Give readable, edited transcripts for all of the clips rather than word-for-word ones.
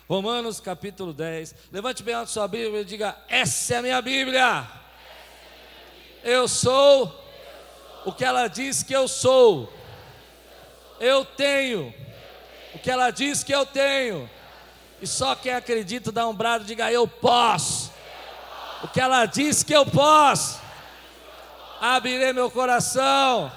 Romanos capítulo 10. Levante bem alto sua Bíblia e diga: essa é a minha Bíblia. Eu sou o que ela diz que eu sou. Eu tenho o que ela diz que eu tenho. E só quem acredita dá um brado e diga: eu posso o que ela diz que eu posso. Abrirei meu coração.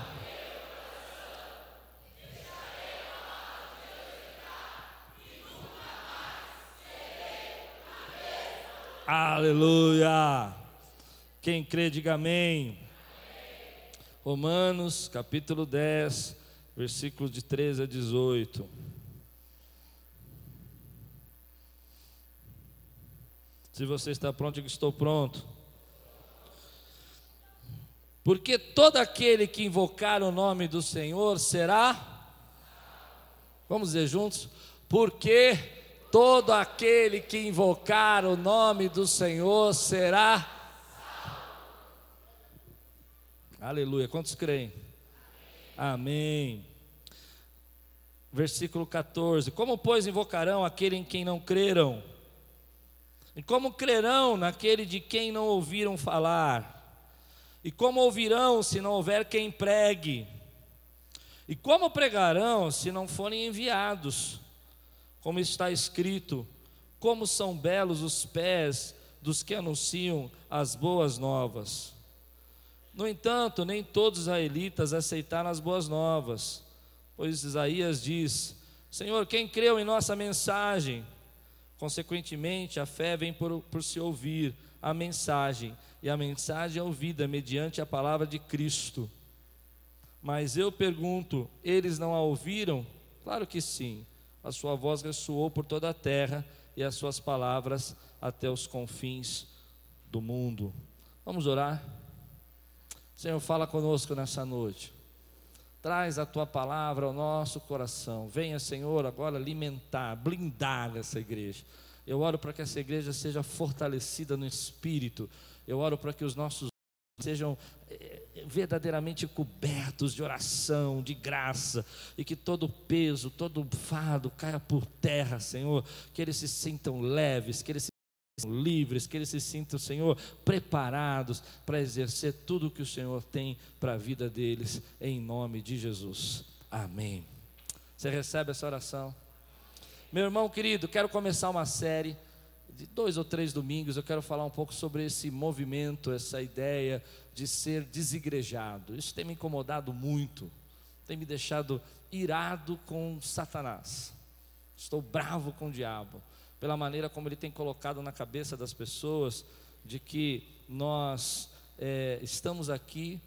Aleluia. Quem crê, diga amém. Romanos capítulo 10, versículos de 13 a 18. Se você está pronto, diga: estou pronto. Porque todo aquele que invocar o nome do Senhor será... Vamos dizer juntos: porque todo aquele que invocar o nome do Senhor será... Aleluia. Quantos creem? Amém. Versículo 14: como, pois, invocarão aquele em quem não creram? E como crerão naquele de quem não ouviram falar? E como ouvirão se não houver quem pregue? E como pregarão se não forem enviados? Como está escrito: como são belos os pés dos que anunciam as boas novas. No entanto, nem todos os israelitas aceitaram as boas novas, pois Isaías diz: Senhor, quem creu em nossa mensagem? Consequentemente, a fé vem por se ouvir a mensagem, e a mensagem é ouvida mediante a palavra de Cristo. Mas eu pergunto: eles não a ouviram? Claro que sim. A sua voz ressoou por toda a terra, e as suas palavras até os confins do mundo. Vamos orar? Senhor, fala conosco nessa noite. Traz a tua palavra ao nosso coração. Venha, Senhor, agora alimentar, blindar essa igreja. Eu oro para que essa igreja seja fortalecida no Espírito. Eu oro para que os nossos sejam verdadeiramente cobertos de oração, de graça, e que todo peso, todo fardo caia por terra, Senhor. Que eles se sintam leves, que eles se sintam livres, que eles se sintam, Senhor, preparados para exercer tudo o que o Senhor tem para a vida deles, em nome de Jesus. Amém. Você recebe essa oração? Meu irmão querido, quero começar uma série de 2 ou 3 domingos. Eu quero falar um pouco sobre esse movimento, essa ideia de ser desigrejado. Isso tem me incomodado muito, tem me deixado irado com Satanás. Estou bravo com o diabo, pela maneira como ele tem colocado na cabeça das pessoas, de que nós estamos aqui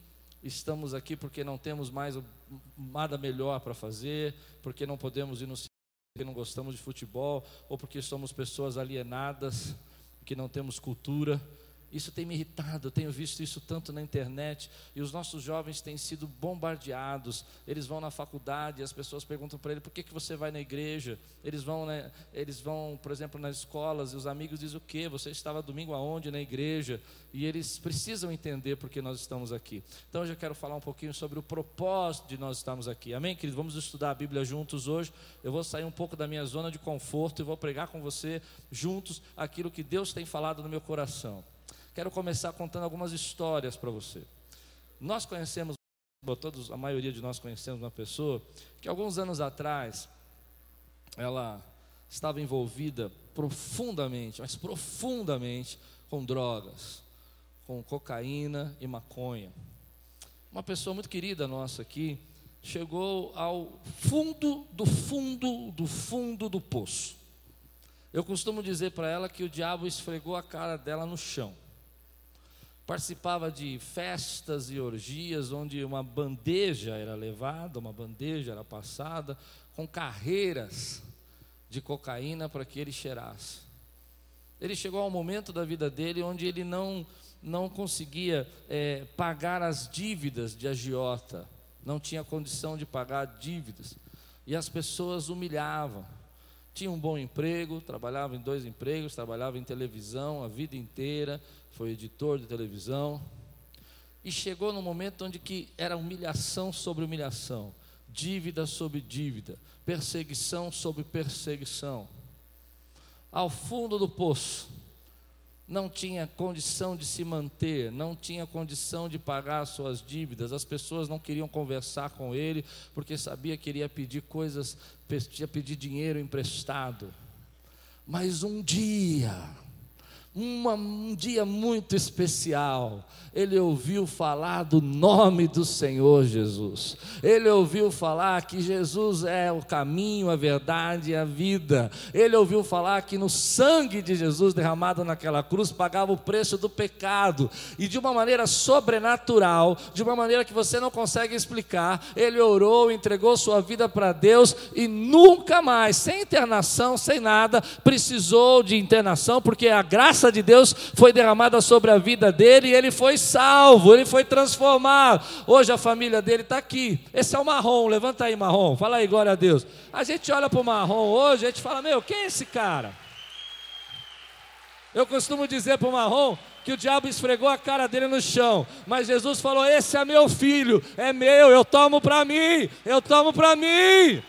porque não temos mais nada melhor para fazer, porque não podemos ir no cinema, porque não gostamos de futebol, ou porque somos pessoas alienadas, que não temos cultura. Isso tem me irritado, eu tenho visto isso tanto na internet, e os nossos jovens têm sido bombardeados. Eles vão na faculdade e as pessoas perguntam para ele: por que você vai na igreja? Eles vão, por exemplo, nas escolas, e os amigos dizem: o quê? Você estava domingo aonde? Na igreja. E eles precisam entender por que nós estamos aqui. Então eu já quero falar um pouquinho sobre o propósito de nós estarmos aqui. Amém, querido? Vamos estudar a Bíblia juntos hoje. Eu vou sair um pouco da minha zona de conforto e vou pregar com você juntos aquilo que Deus tem falado no meu coração. Quero começar contando algumas histórias para você. Nós conhecemos, a maioria de nós conhecemos uma pessoa que alguns anos atrás, ela estava envolvida profundamente, mas profundamente, com drogas, com cocaína e maconha. Uma pessoa muito querida nossa aqui, chegou ao fundo do poço. Eu costumo dizer para ela que o diabo esfregou a cara dela no chão. Participava de festas e orgias onde uma bandeja era levada, uma bandeja era passada com carreiras de cocaína para que ele cheirasse. Ele chegou ao momento da vida dele onde ele não conseguia pagar as dívidas de agiota, não tinha condição de pagar dívidas, e as pessoas humilhavam. Tinha um bom emprego, trabalhava em 2 empregos, trabalhava em televisão a vida inteira, foi editor de televisão, e chegou no momento onde que era humilhação sobre humilhação, dívida sobre dívida, perseguição sobre perseguição. ao fundo do poço, não tinha condição de se manter, não tinha condição de pagar suas dívidas. As pessoas não queriam conversar com ele, porque sabia que ele ia pedir coisas, ia pedir dinheiro emprestado. Mas um dia muito especial, ele ouviu falar do nome do Senhor Jesus. Ele ouviu falar que Jesus é o caminho, a verdade e a vida. Ele ouviu falar que no sangue de Jesus derramado naquela cruz pagava o preço do pecado. E de uma maneira sobrenatural, de uma maneira que você não consegue explicar, ele orou, entregou sua vida para Deus e nunca mais, sem internação, sem nada, precisou de internação, porque a graça de Deus foi derramada sobre a vida dele e ele foi salvo, ele foi transformado. Hoje a família dele está aqui. Esse é o Marrom, levanta aí, Marrom, fala aí, glória a Deus. A gente olha para o Marrom hoje, a gente fala, meu, quem é esse cara? Eu costumo dizer para o Marrom que o diabo esfregou a cara dele no chão, mas Jesus falou, esse é meu filho, é meu, eu tomo para mim, eu tomo para mim.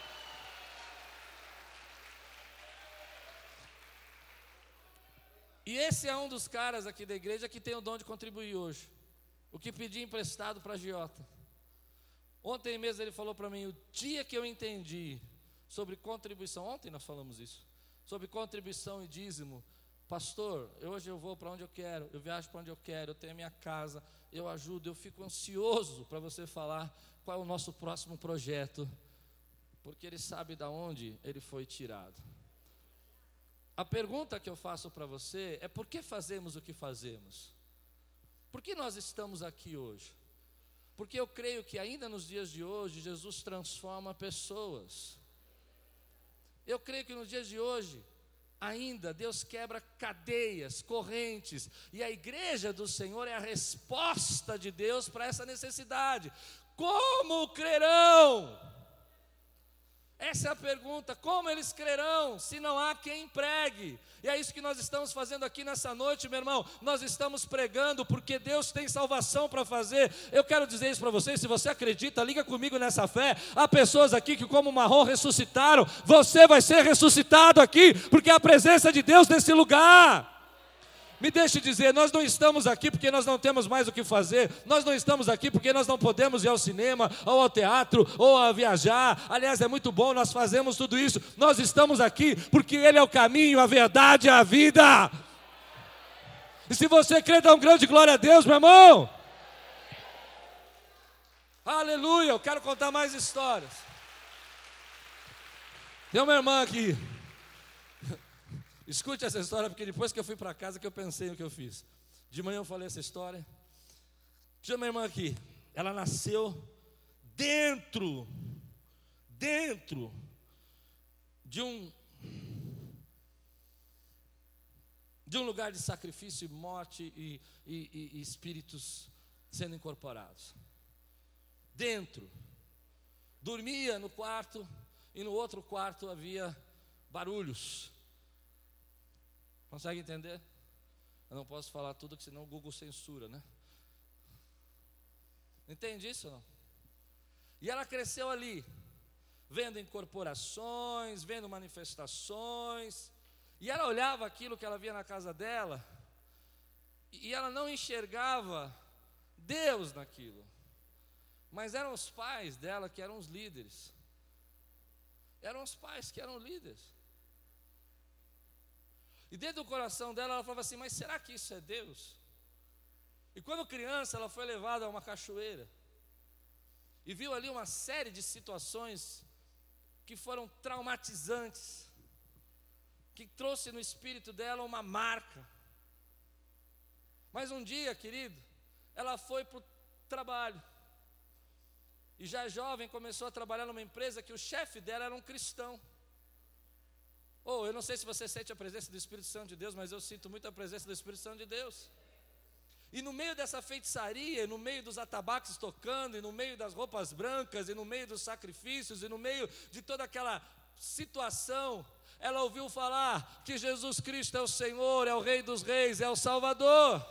E esse é um dos caras aqui da igreja que tem o dom de contribuir hoje. O que pedi emprestado para a agiota. Ontem mesmo ele falou para mim, o dia que eu entendi sobre contribuição, ontem nós falamos isso, sobre contribuição e dízimo. Pastor, hoje eu vou para onde eu quero, eu viajo para onde eu quero, eu tenho a minha casa, eu ajudo, eu fico ansioso para você falar qual é o nosso próximo projeto, porque ele sabe de onde ele foi tirado. A pergunta que eu faço para você é: por que fazemos o que fazemos? Por que nós estamos aqui hoje? Porque eu creio que ainda nos dias de hoje Jesus transforma pessoas. Eu creio que nos dias de hoje ainda Deus quebra cadeias, correntes, e a igreja do Senhor é a resposta de Deus para essa necessidade. Como crerão? Essa é a pergunta, como eles crerão se não há quem pregue? E é isso que nós estamos fazendo aqui nessa noite, meu irmão. Nós estamos pregando porque Deus tem salvação para fazer. Eu quero dizer isso para vocês, se você acredita, liga comigo nessa fé. Há pessoas aqui que como Marrom ressuscitaram, você vai ser ressuscitado aqui, porque é a presença de Deus nesse lugar. Me deixe dizer, nós não estamos aqui porque nós não temos mais o que fazer. Nós não estamos aqui porque nós não podemos ir ao cinema, ou ao teatro, ou a viajar. Aliás, é muito bom, nós fazemos tudo isso. Nós estamos aqui porque Ele é o caminho, a verdade e a vida. E se você crê, dá um grande glória a Deus, meu irmão. Aleluia, eu quero contar mais histórias. Tem uma irmã aqui. Escute essa história, porque depois que eu fui para casa que eu pensei no que eu fiz. De manhã eu falei essa história. Tinha uma irmã aqui, ela nasceu dentro de um lugar de sacrifício e morte e espíritos sendo incorporados. Dentro. Dormia no quarto e no outro quarto havia barulhos. Consegue entender? Eu não posso falar tudo, que senão o Google censura, né? Entende isso ou não? E ela cresceu ali, vendo incorporações, vendo manifestações, e ela olhava aquilo que ela via na casa dela, e ela não enxergava Deus naquilo. Mas eram os pais dela que eram os líderes. Eram os pais que eram líderes. E dentro do coração dela, ela falava assim, mas será que isso é Deus? E quando criança, ela foi levada a uma cachoeira. E viu ali uma série de situações que foram traumatizantes. Que trouxe no espírito dela uma marca. Mas um dia, querido, ela foi para o trabalho. E já jovem começou a trabalhar numa empresa que o chefe dela era um cristão. Eu não sei se você sente a presença do Espírito Santo de Deus, mas eu sinto muito a presença do Espírito Santo de Deus. E no meio dessa feitiçaria, no meio dos atabaques tocando, e no meio das roupas brancas, e no meio dos sacrifícios, e no meio de toda aquela situação, ela ouviu falar que Jesus Cristo é o Senhor, é o Rei dos Reis, é o Salvador.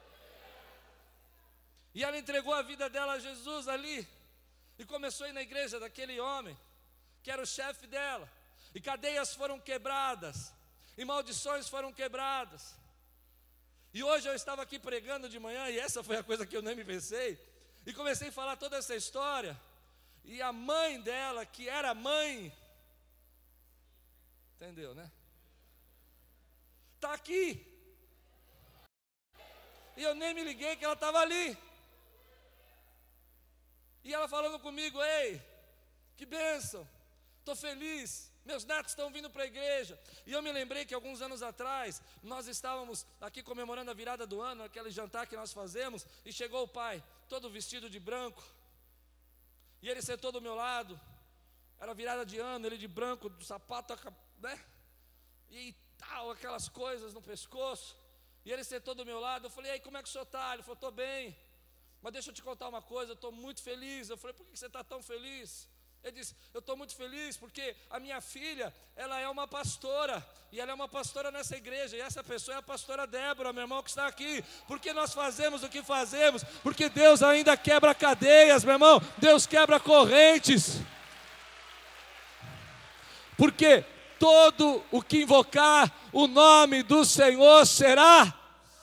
E ela entregou a vida dela a Jesus ali, e começou a ir na igreja daquele homem, que era o chefe dela. E cadeias foram quebradas. e maldições foram quebradas. E hoje eu estava aqui pregando de manhã, e essa foi a coisa que eu nem me pensei, e comecei a falar toda essa história, e a mãe dela, que era mãe, entendeu, né? Está aqui. E eu nem me liguei que ela estava ali. E ela falando comigo: ei, que bênção, estou feliz, meus netos estão vindo para a igreja. E eu me lembrei que alguns anos atrás, nós estávamos aqui comemorando a virada do ano, aquele jantar que nós fazemos, e chegou o pai, todo vestido de branco, e ele sentou do meu lado, era virada de ano, ele de branco, do sapato, né? E tal, aquelas coisas no pescoço, e ele sentou do meu lado. Eu falei: ei, como é que o senhor está? Ele falou: estou bem, mas deixa eu te contar uma coisa, eu estou muito feliz. Eu falei: por que você está tão feliz? Ele disse: eu estou muito feliz porque a minha filha, ela é uma pastora, e ela é uma pastora nessa igreja, e essa pessoa é a pastora Débora, meu irmão, que está aqui. Porque nós fazemos o que fazemos? Porque Deus ainda quebra cadeias, meu irmão, Deus quebra correntes. Porque todo o que invocar o nome do Senhor será.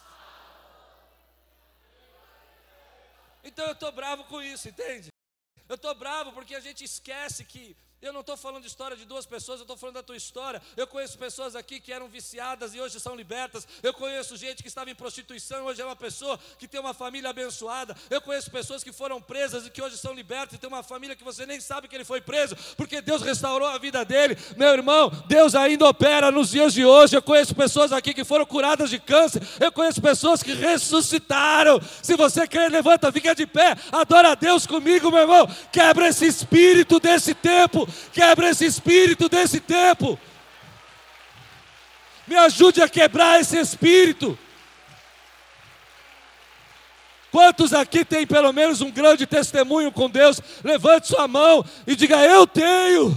Então eu estou bravo com isso, entende? Eu estou bravo porque a gente esquece que eu não estou falando de história de duas pessoas, eu estou falando da tua história. Eu conheço pessoas aqui que eram viciadas e hoje são libertas. Eu conheço gente que estava em prostituição, hoje é uma pessoa que tem uma família abençoada. Eu conheço pessoas que foram presas e que hoje são libertas e tem uma família que você nem sabe que ele foi preso, porque Deus restaurou a vida dele. Meu irmão, Deus ainda opera nos dias de hoje. Eu conheço pessoas aqui que foram curadas de câncer. Eu conheço pessoas que ressuscitaram. Se você crer, levanta, fica de pé, adora a Deus comigo, meu irmão. Quebra esse espírito desse tempo. Quebra esse espírito desse tempo. Me ajude a quebrar esse espírito. Quantos aqui tem pelo menos um grande testemunho com Deus? Levante sua mão e diga: eu tenho.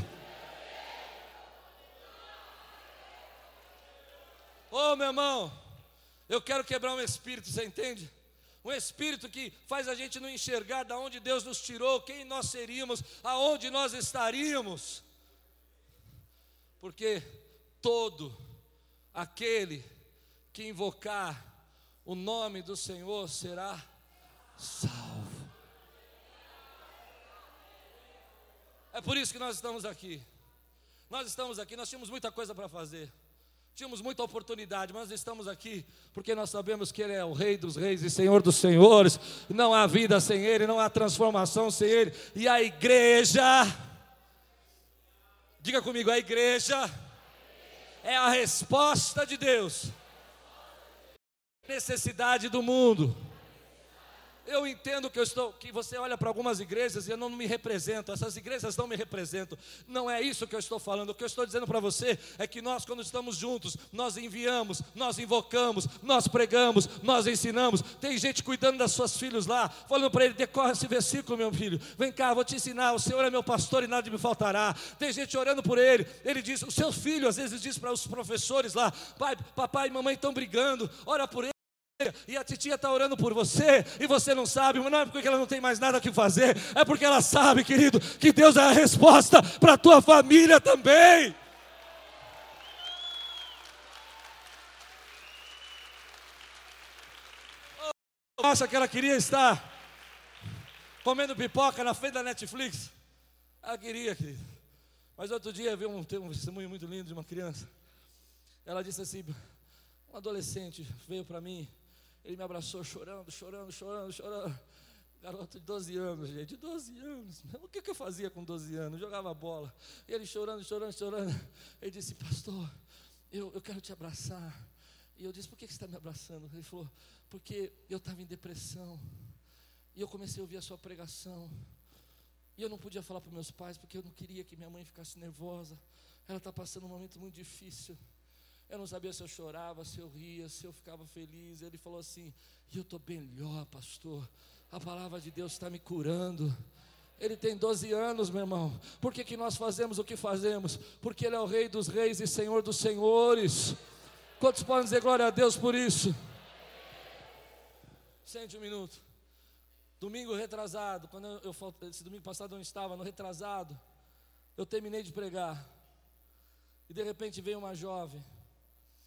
Oh, meu irmão, eu quero quebrar um espírito, você entende? Um espírito que faz a gente não enxergar de onde Deus nos tirou, quem nós seríamos, aonde nós estaríamos. Porque todo aquele que invocar o nome do Senhor será salvo. É por isso que nós estamos aqui. Nós estamos aqui, nós tínhamos muita coisa para fazer. Tínhamos muita oportunidade, mas estamos aqui porque nós sabemos que Ele é o Rei dos Reis e Senhor dos Senhores. Não há vida sem Ele, não há transformação sem Ele. E a igreja, diga comigo, a igreja é a resposta de Deus à necessidade do mundo. Eu entendo que você olha para algumas igrejas e eu não me represento, essas igrejas não me representam. Não é isso que eu estou falando. O que eu estou dizendo para você é que nós, quando estamos juntos, nós enviamos, nós invocamos, nós pregamos, nós ensinamos. Tem gente cuidando das suas filhas lá, falando para ele: decorre esse versículo, meu filho, vem cá, vou te ensinar, o Senhor é meu pastor e nada me faltará. Tem gente orando por ele, ele diz, o seu filho às vezes diz para os professores lá: pai, papai e mamãe estão brigando, ora por ele. E a titia está orando por você, e você não sabe, mas não é porque ela não tem mais nada que fazer, é porque ela sabe, querido, que Deus é a resposta para a tua família também. Acha que ela queria estar comendo pipoca na frente da Netflix? Ela queria, querido. Mas outro dia eu vi um testemunho muito lindo de uma criança. Ela disse assim: um adolescente veio para mim, ele me abraçou chorando. Garoto de 12 anos, gente, 12 anos. O que eu fazia com 12 anos? Jogava bola. E ele chorando. Ele disse: pastor, eu quero te abraçar. E eu disse: por que você está me abraçando? Ele falou: porque eu estava em depressão. E eu comecei a ouvir a sua pregação. E eu não podia falar para meus pais, porque eu não queria que minha mãe ficasse nervosa. Ela está passando um momento muito difícil. Eu não sabia se eu chorava, se eu ria, se eu ficava feliz. Ele falou assim: e eu estou melhor, pastor. A palavra de Deus está me curando. Ele tem 12 anos, meu irmão. Por que nós fazemos o que fazemos? Porque Ele é o Rei dos Reis e Senhor dos Senhores. Quantos podem dizer glória a Deus por isso? Sente um minuto. Domingo retrasado, esse domingo passado eu não estava, no retrasado, eu terminei de pregar. E de repente veio uma jovem.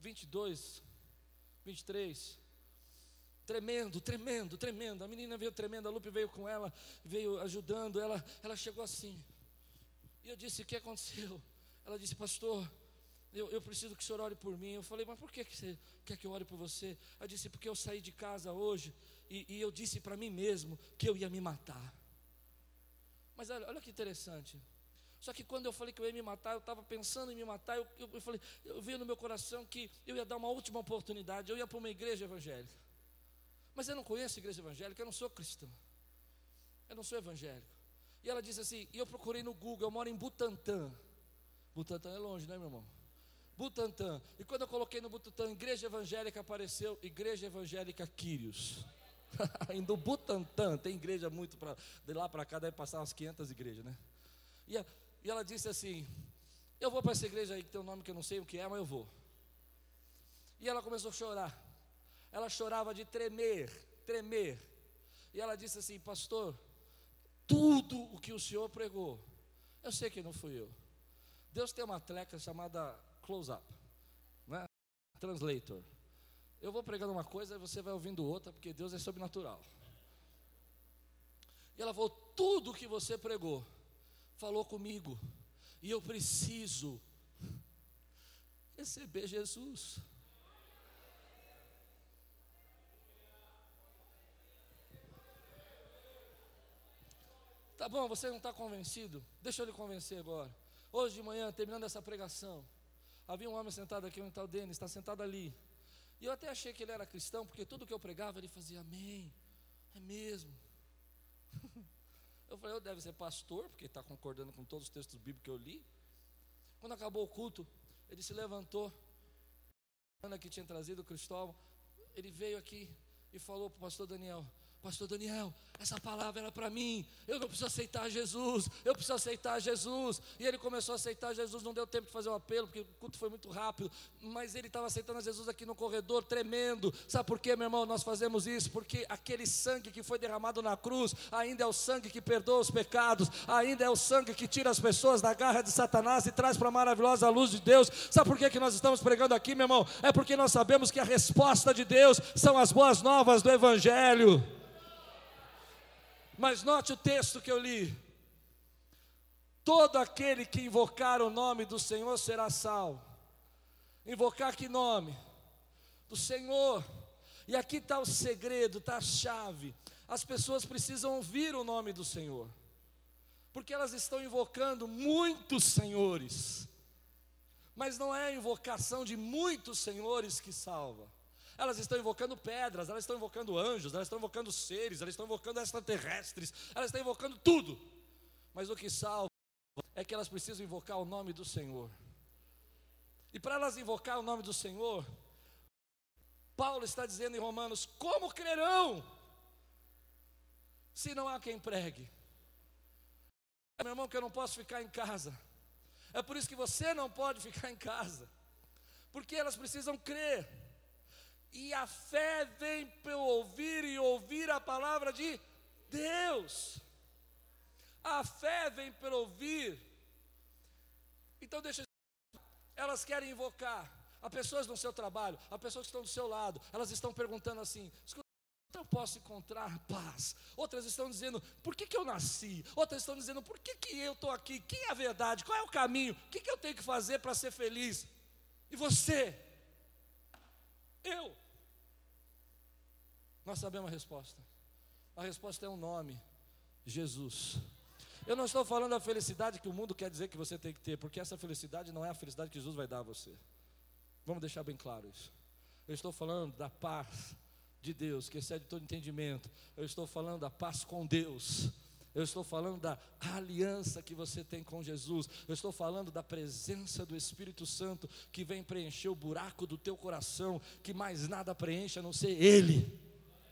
22, 23. Tremendo, tremendo, tremendo. A menina veio tremenda, a Lupe veio com ela, veio ajudando, ela chegou assim. E eu disse: o que aconteceu? Ela disse: pastor, eu preciso que o senhor ore por mim. Eu falei: mas por que você quer que eu ore por você? Ela disse: porque eu saí de casa hoje e eu disse para mim mesmo que eu ia me matar. Mas olha que interessante. Só que quando eu falei que eu ia me matar, eu estava pensando em me matar. Eu falei, eu vi no meu coração que eu ia dar uma última oportunidade. Eu ia para uma igreja evangélica. Mas eu não conheço igreja evangélica, eu não sou cristão, eu não sou evangélico. E ela disse assim, e eu procurei no Google, eu moro em Butantã. Butantã é longe, né, meu irmão? Butantã. E quando eu coloquei no Butantã, igreja evangélica, apareceu Igreja Evangélica Quírios. Indo Butantã, tem igreja muito, de lá para cá deve passar umas 500 igrejas, né? E ela disse assim, eu vou para essa igreja aí que tem um nome que eu não sei o que é, mas eu vou. E ela começou a chorar. Ela chorava de tremer. E ela disse assim, pastor, tudo o que o senhor pregou, eu sei que não fui eu. Deus tem uma treca chamada close-up, né? Translator. Eu vou pregando uma coisa e você vai ouvindo outra, porque Deus é sobrenatural. E ela falou, tudo o que você pregou, falou comigo, e eu preciso receber Jesus. Tá bom, você não está convencido? Deixa eu lhe convencer agora. Hoje de manhã, terminando essa pregação, havia um homem sentado aqui, um tal Denis, está sentado ali. E eu até achei que ele era cristão, porque tudo que eu pregava, ele fazia amém. É mesmo. Eu falei, eu deve ser pastor, porque está concordando com todos os textos bíblicos que eu li. Quando acabou o culto, ele se levantou. A Ana que tinha trazido o Cristóvão, ele veio aqui e falou para o pastor Daniel, pastor Daniel, essa palavra era para mim, eu não preciso aceitar Jesus, eu preciso aceitar Jesus. E ele começou a aceitar Jesus, não deu tempo de fazer um apelo, porque o culto foi muito rápido, mas ele estava aceitando Jesus aqui no corredor, tremendo. Sabe por quê, meu irmão, nós fazemos isso? Porque aquele sangue que foi derramado na cruz, ainda é o sangue que perdoa os pecados, ainda é o sangue que tira as pessoas da garra de Satanás e traz para a maravilhosa luz de Deus. Sabe por que nós estamos pregando aqui, meu irmão? É porque nós sabemos que a resposta de Deus são as boas novas do Evangelho. Mas note o texto que eu li: todo aquele que invocar o nome do Senhor será salvo. Invocar que nome? Do Senhor. E aqui está o segredo, está a chave. As pessoas precisam ouvir o nome do Senhor, porque elas estão invocando muitos senhores, mas não é a invocação de muitos senhores que salva. Elas estão invocando pedras, elas estão invocando anjos, elas estão invocando seres, elas estão invocando extraterrestres, elas estão invocando tudo. Mas o que salva é que elas precisam invocar o nome do Senhor. E para elas invocar o nome do Senhor, Paulo está dizendo em Romanos, como crerão, se não há quem pregue? Meu irmão, que eu não posso ficar em casa. É por isso que você não pode ficar em casa, porque elas precisam crer. E a fé vem pelo ouvir e ouvir a palavra de Deus. A fé vem pelo ouvir. Então deixa eu dizer, elas querem invocar. Há pessoas no seu trabalho, há pessoas que estão do seu lado, elas estão perguntando assim, eu posso encontrar paz? Outras estão dizendo, por que eu nasci? Outras estão dizendo, por que eu estou aqui? Quem é a verdade? Qual é o caminho? O que eu tenho que fazer para ser feliz? E você? Eu? Nós sabemos a resposta. A resposta é um nome: Jesus. Eu não estou falando da felicidade que o mundo quer dizer que você tem que ter, porque essa felicidade não é a felicidade que Jesus vai dar a você. Vamos deixar bem claro isso. Eu estou falando da paz de Deus, que excede todo entendimento. Eu estou falando da paz com Deus. Eu estou falando da aliança que você tem com Jesus. Eu estou falando da presença do Espírito Santo, que vem preencher o buraco do teu coração, que mais nada preenche a não ser Ele.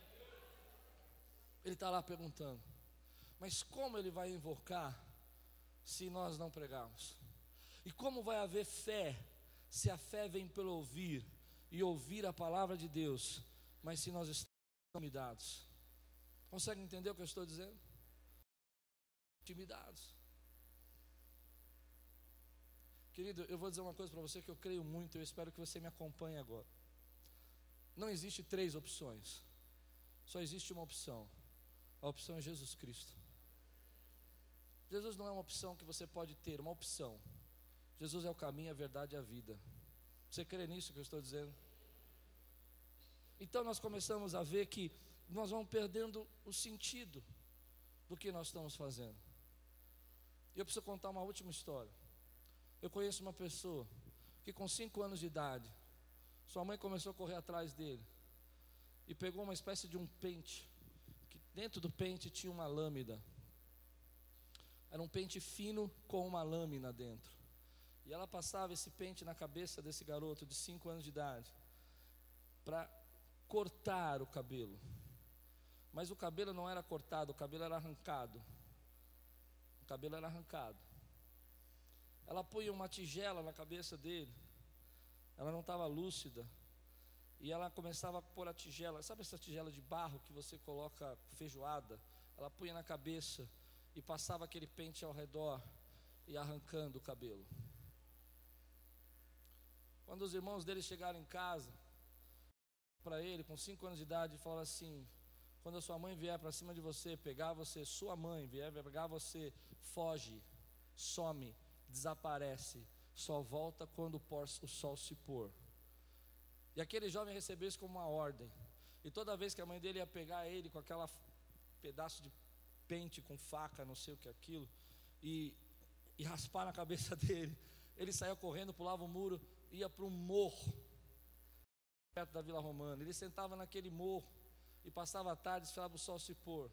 Ele está lá perguntando, mas como ele vai invocar se nós não pregarmos? E como vai haver fé se a fé vem pelo ouvir e ouvir a palavra de Deus, mas se nós estamos intimidados? Consegue entender o que eu estou dizendo? Intimidados. Querido, eu vou dizer uma coisa para você que eu creio muito, eu espero que você me acompanhe agora. Não existe 3 opções, só existe uma opção. A opção é Jesus Cristo. Jesus não é uma opção que você pode ter, uma opção. Jesus é o caminho, a verdade e a vida. Você crê nisso que eu estou dizendo? Então nós começamos a ver que nós vamos perdendo o sentido do que nós estamos fazendo. E eu preciso contar uma última história. Eu conheço uma pessoa que com 5 anos de idade, sua mãe começou a correr atrás dele e pegou uma espécie de um pente, que dentro do pente tinha uma lâmina. Era um pente fino com uma lâmina dentro. E ela passava esse pente na cabeça desse garoto de 5 anos de idade para cortar o cabelo. Mas o cabelo não era cortado, o cabelo era arrancado. O cabelo era arrancado. Ela punha uma tigela na cabeça dele. Ela não estava lúcida. E ela começava a pôr a tigela. Sabe essa tigela de barro que você coloca feijoada? Ela punha na cabeça e passava aquele pente ao redor e arrancando o cabelo. Quando os irmãos dele chegaram em casa, para ele, com 5 anos de idade, falaram assim: quando a sua mãe vier para cima de você, pegar você, sua mãe vier pegar você, foge, some, desaparece, só volta quando o sol se pôr. E aquele jovem recebeu isso como uma ordem. E toda vez que a mãe dele ia pegar ele com aquela pedaço de pente com faca, não sei o que é aquilo, e raspar na cabeça dele, ele saía correndo, pulava o muro, ia para um morro perto da Vila Romana. Ele sentava naquele morro e passava a tarde, esperava o sol se pôr.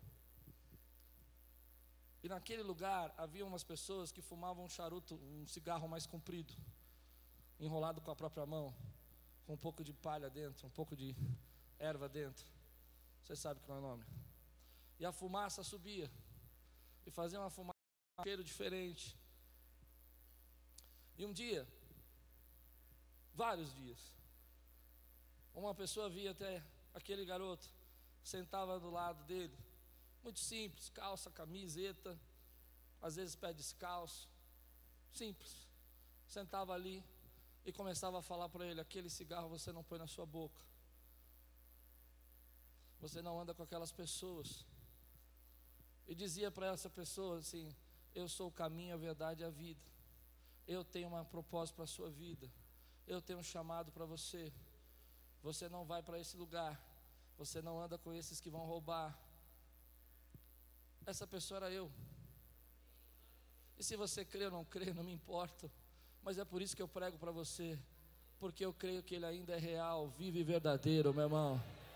E naquele lugar havia umas pessoas que fumavam um charuto, um cigarro mais comprido, enrolado com a própria mão, com um pouco de palha dentro, um pouco de erva dentro. Você sabe qual é o nome. E a fumaça subia e fazia uma fumaça, um cheiro diferente. E um dia, vários dias, uma pessoa via até aquele garoto, sentava do lado dele, muito simples, calça, camiseta, às vezes pé descalço, simples, sentava ali e começava a falar para ele: aquele cigarro você não põe na sua boca, você não anda com aquelas pessoas. E dizia para essa pessoa assim: eu sou o caminho, a verdade e a vida, eu tenho um propósito para a sua vida, eu tenho um chamado para você. Você não vai para esse lugar, você não anda com esses que vão roubar. Essa pessoa era eu. E se você crê ou não crê, não me importa, mas é por isso que eu prego para você, porque eu creio que Ele ainda é real, vivo e verdadeiro, meu irmão.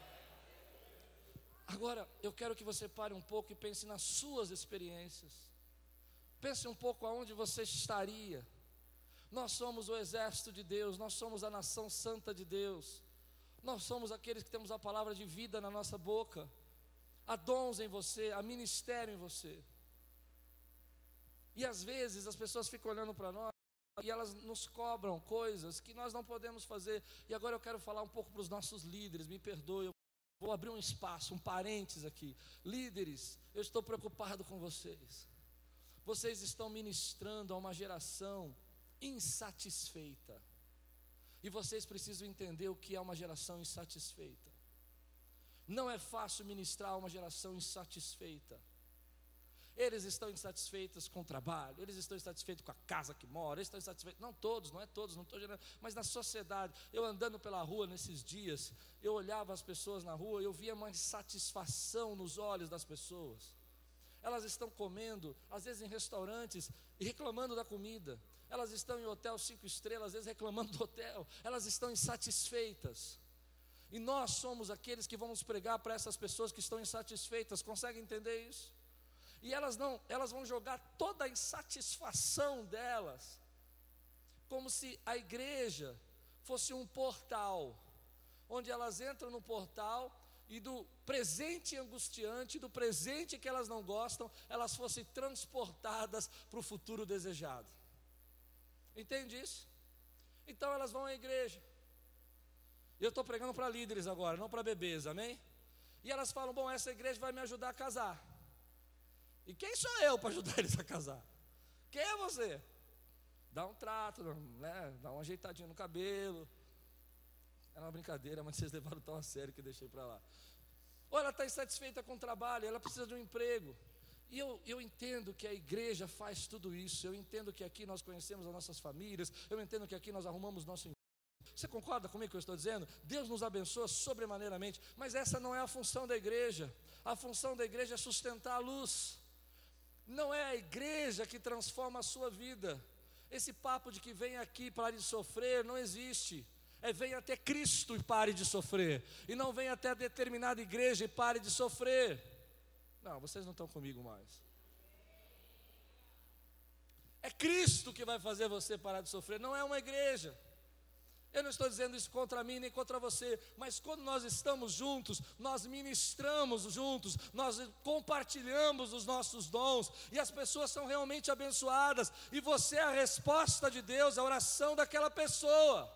Agora, eu quero que você pare um pouco e pense nas suas experiências. Pense um pouco aonde você estaria. Nós somos o exército de Deus, nós somos a nação santa de Deus. Nós somos aqueles que temos a palavra de vida na nossa boca. Há dons em você, há ministério em você. E às vezes as pessoas ficam olhando para nós e elas nos cobram coisas que nós não podemos fazer. E agora eu quero falar um pouco para os nossos líderes, me perdoe, eu vou abrir um espaço, um parênteses aqui. Líderes, eu estou preocupado com vocês. Vocês estão ministrando a uma geração insatisfeita. E vocês precisam entender o que é uma geração insatisfeita. Não é fácil ministrar uma geração insatisfeita. Eles estão insatisfeitos com o trabalho, eles estão insatisfeitos com a casa que moram, eles estão insatisfeitos, não todos, não estou gerando, mas na sociedade. Eu andando pela rua nesses dias, eu olhava as pessoas na rua e eu via uma insatisfação nos olhos das pessoas. Elas estão comendo, às vezes em restaurantes, e reclamando da comida. Elas estão em hotel 5 estrelas, às vezes reclamando do hotel. Elas estão insatisfeitas. E nós somos aqueles que vamos pregar para essas pessoas que estão insatisfeitas. Consegue entender isso? E elas vão jogar toda a insatisfação delas, como se a igreja fosse um portal, onde elas entram no portal e do presente angustiante, do presente que elas não gostam, elas fossem transportadas para o futuro desejado. Entende isso? Então elas vão à igreja. Eu estou pregando para líderes agora, não para bebês, amém? E elas falam: bom, essa igreja vai me ajudar a casar. E quem sou eu para ajudar eles a casar? Quem é você? dá um trato, né? Dá uma ajeitadinha no cabelo. Era uma brincadeira, mas vocês levaram tão a sério que eu deixei para lá. Ou ela está insatisfeita com o trabalho, ela precisa de um emprego. E eu entendo que a igreja faz tudo isso. Eu entendo que aqui nós conhecemos as nossas famílias. Eu entendo que aqui nós arrumamos nosso emprego. Você concorda comigo que eu estou dizendo? Deus nos abençoa sobremaneiramente. Mas essa não é a função da igreja. A função da igreja é sustentar a luz. Não é a igreja que transforma a sua vida. Esse papo de que vem aqui para de sofrer não existe. Venha até Cristo e pare de sofrer. E não venha até determinada igreja e pare de sofrer. Não, vocês não estão comigo mais. É Cristo que vai fazer você parar de sofrer, não é uma igreja. Eu não estou dizendo isso contra mim nem contra você, mas quando nós estamos juntos, nós ministramos juntos, nós compartilhamos os nossos dons, e as pessoas são realmente abençoadas, e você é a resposta de Deus, a oração daquela pessoa.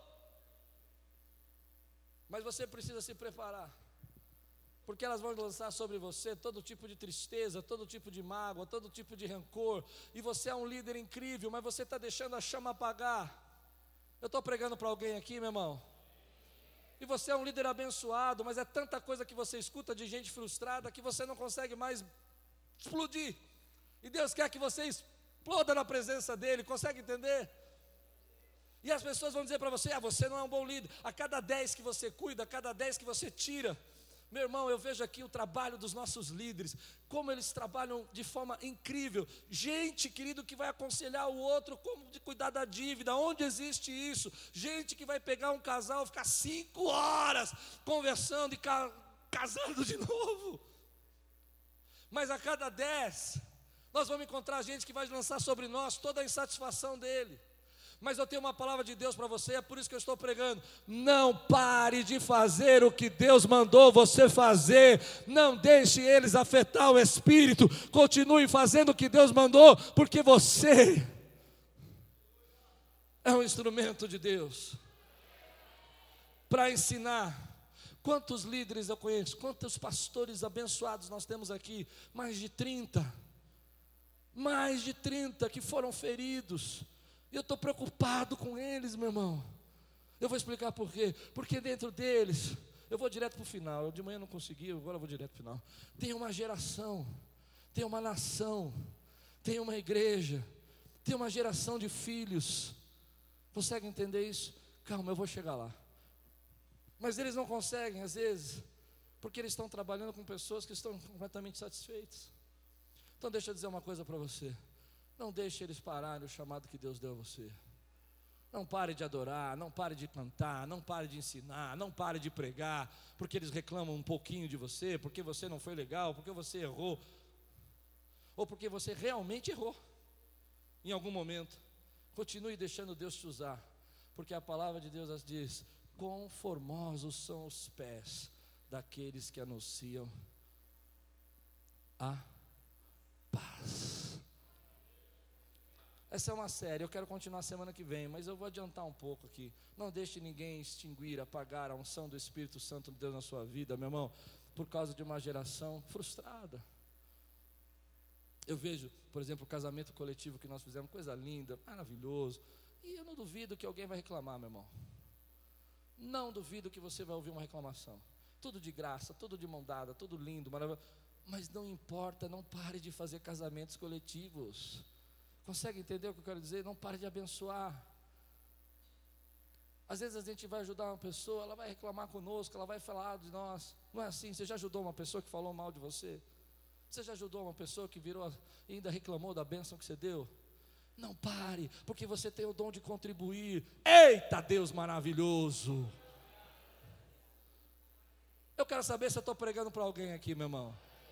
Mas você precisa se preparar, porque elas vão lançar sobre você todo tipo de tristeza, todo tipo de mágoa, todo tipo de rancor, e você é um líder incrível, mas você está deixando a chama apagar. Eu estou pregando para alguém aqui, meu irmão, e você é um líder abençoado, mas é tanta coisa que você escuta de gente frustrada, que você não consegue mais explodir, e Deus quer que você exploda na presença dEle, consegue entender? E as pessoas vão dizer para você, você não é um bom líder. A cada 10 que você cuida, a cada 10 que você tira. Meu irmão, eu vejo aqui o trabalho dos nossos líderes, como eles trabalham de forma incrível. Gente, querido, que vai aconselhar o outro como de cuidar da dívida. Onde existe isso? Gente que vai pegar um casal, ficar 5 horas conversando e casando de novo. Mas a cada 10, nós vamos encontrar gente que vai lançar sobre nós toda a insatisfação dele. Mas eu tenho uma palavra de Deus para você, é por isso que eu estou pregando. Não pare de fazer o que Deus mandou você fazer. Não deixe eles afetar o espírito. Continue fazendo o que Deus mandou, porque você é um instrumento de Deus para ensinar. Quantos líderes eu conheço? Quantos pastores abençoados nós temos aqui? Mais de 30 que foram feridos. E eu estou preocupado com eles, meu irmão. Eu vou explicar por quê. Porque dentro deles, eu vou direto para o final. Eu de manhã não consegui, agora eu vou direto para o final. Tem uma geração, tem uma nação, tem uma igreja, tem uma geração de filhos. Consegue entender isso? Calma, eu vou chegar lá. Mas eles não conseguem, às vezes, porque eles estão trabalhando com pessoas que estão completamente satisfeitas. Então deixa eu dizer uma coisa para você. Não deixe eles pararem o chamado que Deus deu a você. Não pare de adorar, não pare de cantar, não pare de ensinar, não pare de pregar, porque eles reclamam um pouquinho de você, porque você não foi legal, porque você errou, ou porque você realmente errou em algum momento. Continue deixando Deus te usar, porque a palavra de Deus diz: quão formosos são os pés daqueles que anunciam a paz. Essa é uma série, eu quero continuar semana que vem, mas eu vou adiantar um pouco aqui. Não deixe ninguém extinguir, apagar a unção do Espírito Santo de Deus na sua vida, meu irmão, por causa de uma geração frustrada. Eu vejo, por exemplo, o casamento coletivo que nós fizemos, coisa linda, maravilhoso, e eu não duvido que alguém vai reclamar, meu irmão. Não duvido que você vai ouvir uma reclamação. Tudo de graça, tudo de mão dada, tudo lindo, maravilhoso. Mas não importa, não pare de fazer casamentos coletivos. Consegue entender o que eu quero dizer? Não pare de abençoar. Às vezes a gente vai ajudar uma pessoa, ela vai reclamar conosco, ela vai falar de nós. Não é assim. Você já ajudou uma pessoa que falou mal de você? Você já ajudou uma pessoa que virou e ainda reclamou da bênção que você deu? Não pare, porque você tem o dom de contribuir. Eita Deus maravilhoso! Eu quero saber se eu estou pregando para alguém aqui, meu irmão.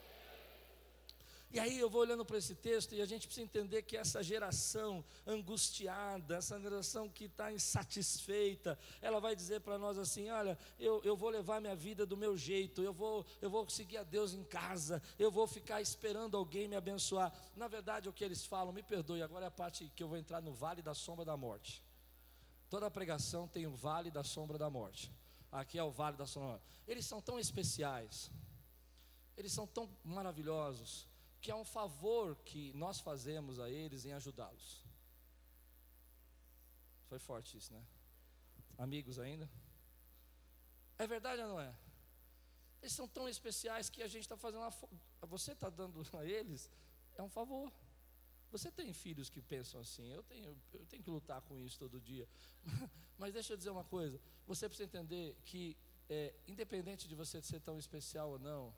E aí eu vou olhando para esse texto e a gente precisa entender que essa geração angustiada, essa geração que está insatisfeita, ela vai dizer para nós assim: olha, eu vou levar minha vida do meu jeito, eu vou seguir a Deus em casa, eu vou ficar esperando alguém me abençoar. Na verdade, o que eles falam, me perdoe, agora é a parte que eu vou entrar no vale da sombra da morte. Toda pregação tem o vale da sombra da morte. Aqui é o vale da sombra da morte. Eles são tão especiais, eles são tão maravilhosos, que é um favor que nós fazemos a eles em ajudá-los. Foi forte isso, né? Amigos ainda? É verdade ou não é? Eles são tão especiais que a gente está fazendo você está dando a eles é um favor. Você tem filhos que pensam assim, eu tenho que lutar com isso todo dia. Mas deixa eu dizer uma coisa, você precisa entender que independente de você ser tão especial ou não,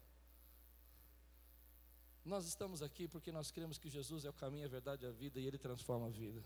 nós estamos aqui porque nós cremos que Jesus é o caminho, a verdade e a vida, e Ele transforma a vida.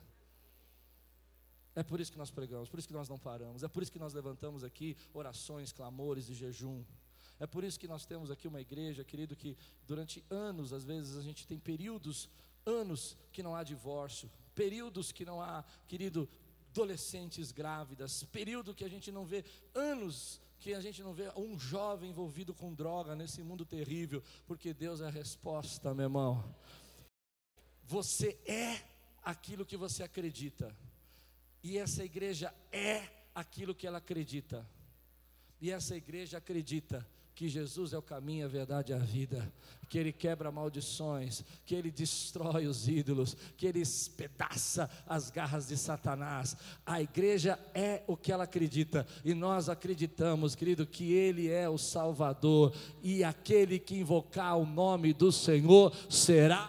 É por isso que nós pregamos, por isso que nós não paramos, é por isso que nós levantamos aqui orações, clamores e jejum. É por isso que nós temos aqui uma igreja, querido, que durante anos, às vezes a gente tem períodos, anos que não há divórcio, períodos que não há, querido, adolescentes grávidas, período que a gente não vê, anos que a gente não vê um jovem envolvido com droga nesse mundo terrível, porque Deus é a resposta, meu irmão. Você é aquilo que você acredita, e essa igreja é aquilo que ela acredita, e essa igreja acredita que Jesus é o caminho, a verdade e a vida, que Ele quebra maldições, que Ele destrói os ídolos, que Ele espedaça as garras de Satanás. A igreja é o que ela acredita, e nós acreditamos, querido, que Ele é o Salvador, e aquele que invocar o nome do Senhor será.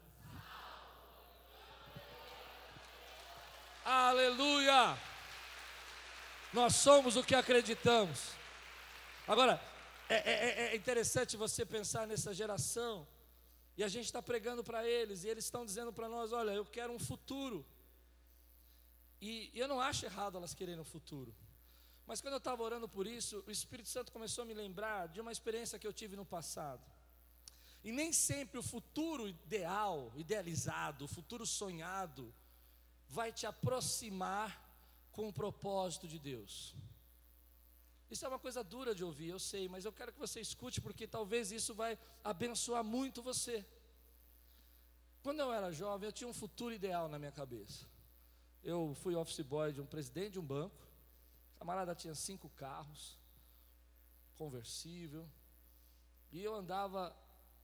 Aleluia! Nós somos o que acreditamos. Agora, é interessante você pensar nessa geração, e a gente está pregando para eles, e eles estão dizendo para nós: olha, eu quero um futuro, e eu não acho errado elas quererem um futuro, mas quando eu estava orando por isso, o Espírito Santo começou a me lembrar de uma experiência que eu tive no passado, e nem sempre o futuro ideal, idealizado, o futuro sonhado, vai te aproximar com o propósito de Deus. Isso é uma coisa dura de ouvir, eu sei, mas eu quero que você escute, porque talvez isso vai abençoar muito você. Quando eu era jovem, eu tinha um futuro ideal na minha cabeça. Eu fui office boy de um presidente de um banco. O camarada tinha 5 carros, conversível, e eu andava.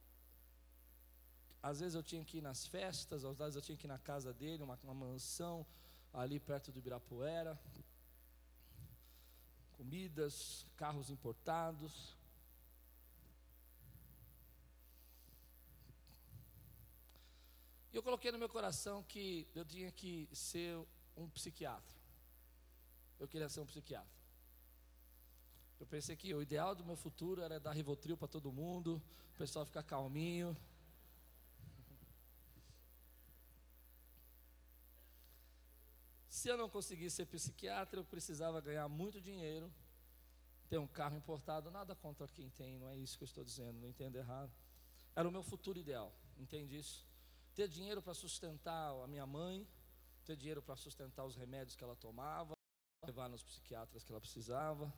Às vezes eu tinha que ir nas festas, às vezes eu tinha que ir na casa dele, uma mansão ali perto do Ibirapuera. Comidas, carros importados. E eu coloquei no meu coração que eu tinha que ser um psiquiatra. Eu queria ser um psiquiatra. Eu pensei que o ideal do meu futuro era dar Rivotril para todo mundo, o pessoal ficar calminho. Se eu não conseguisse ser psiquiatra, eu precisava ganhar muito dinheiro, ter um carro importado, nada contra quem tem, não é isso que eu estou dizendo, não entenda errado. Era o meu futuro ideal, entende isso? Ter dinheiro para sustentar a minha mãe, ter dinheiro para sustentar os remédios que ela tomava, levar nos psiquiatras que ela precisava.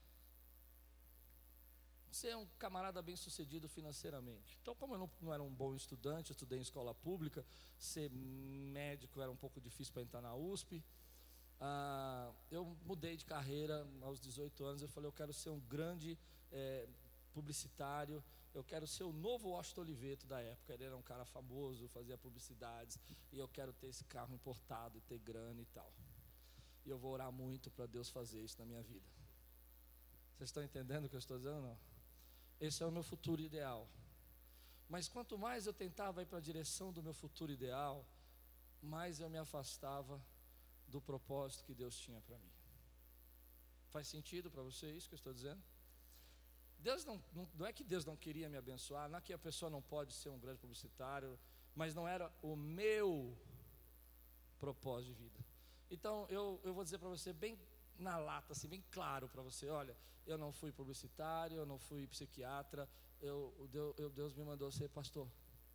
Ser um camarada bem sucedido financeiramente. Então, como eu não era um bom estudante, eu estudei em escola pública, ser médico era um pouco difícil para entrar na USP. Eu mudei de carreira aos 18 anos, eu falei, eu quero ser um grande publicitário, eu quero ser o novo Washington Oliveto da época. Ele era um cara famoso, fazia publicidades, e eu quero ter esse carro importado e ter grana e tal. E eu vou orar muito para Deus fazer isso na minha vida. Vocês estão entendendo o que eu estou dizendo ou não? Esse é o meu futuro ideal. Mas quanto mais eu tentava ir para a direção do meu futuro ideal, mais eu me afastava do propósito que Deus tinha para mim. Faz sentido para você isso que eu estou dizendo? Deus não é que Deus não queria me abençoar, não é que a pessoa não pode ser um grande publicitário, mas não era o meu propósito de vida. Então eu vou dizer para você bem na lata, assim, bem claro para você: olha, eu não fui publicitário, eu não fui psiquiatra, Deus me mandou ser pastor.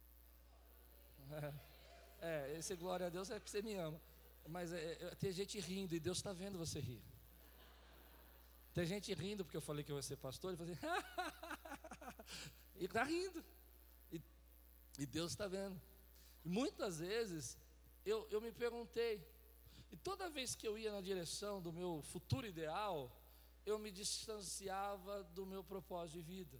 Esse glória a Deus é porque você me ama. Mas tem gente rindo, e Deus está vendo você rir. Tem gente rindo porque eu falei que eu ia ser pastor, e falei e está rindo, e Deus está vendo. E muitas vezes eu me perguntei, e toda vez que eu ia na direção do meu futuro ideal, eu me distanciava do meu propósito de vida.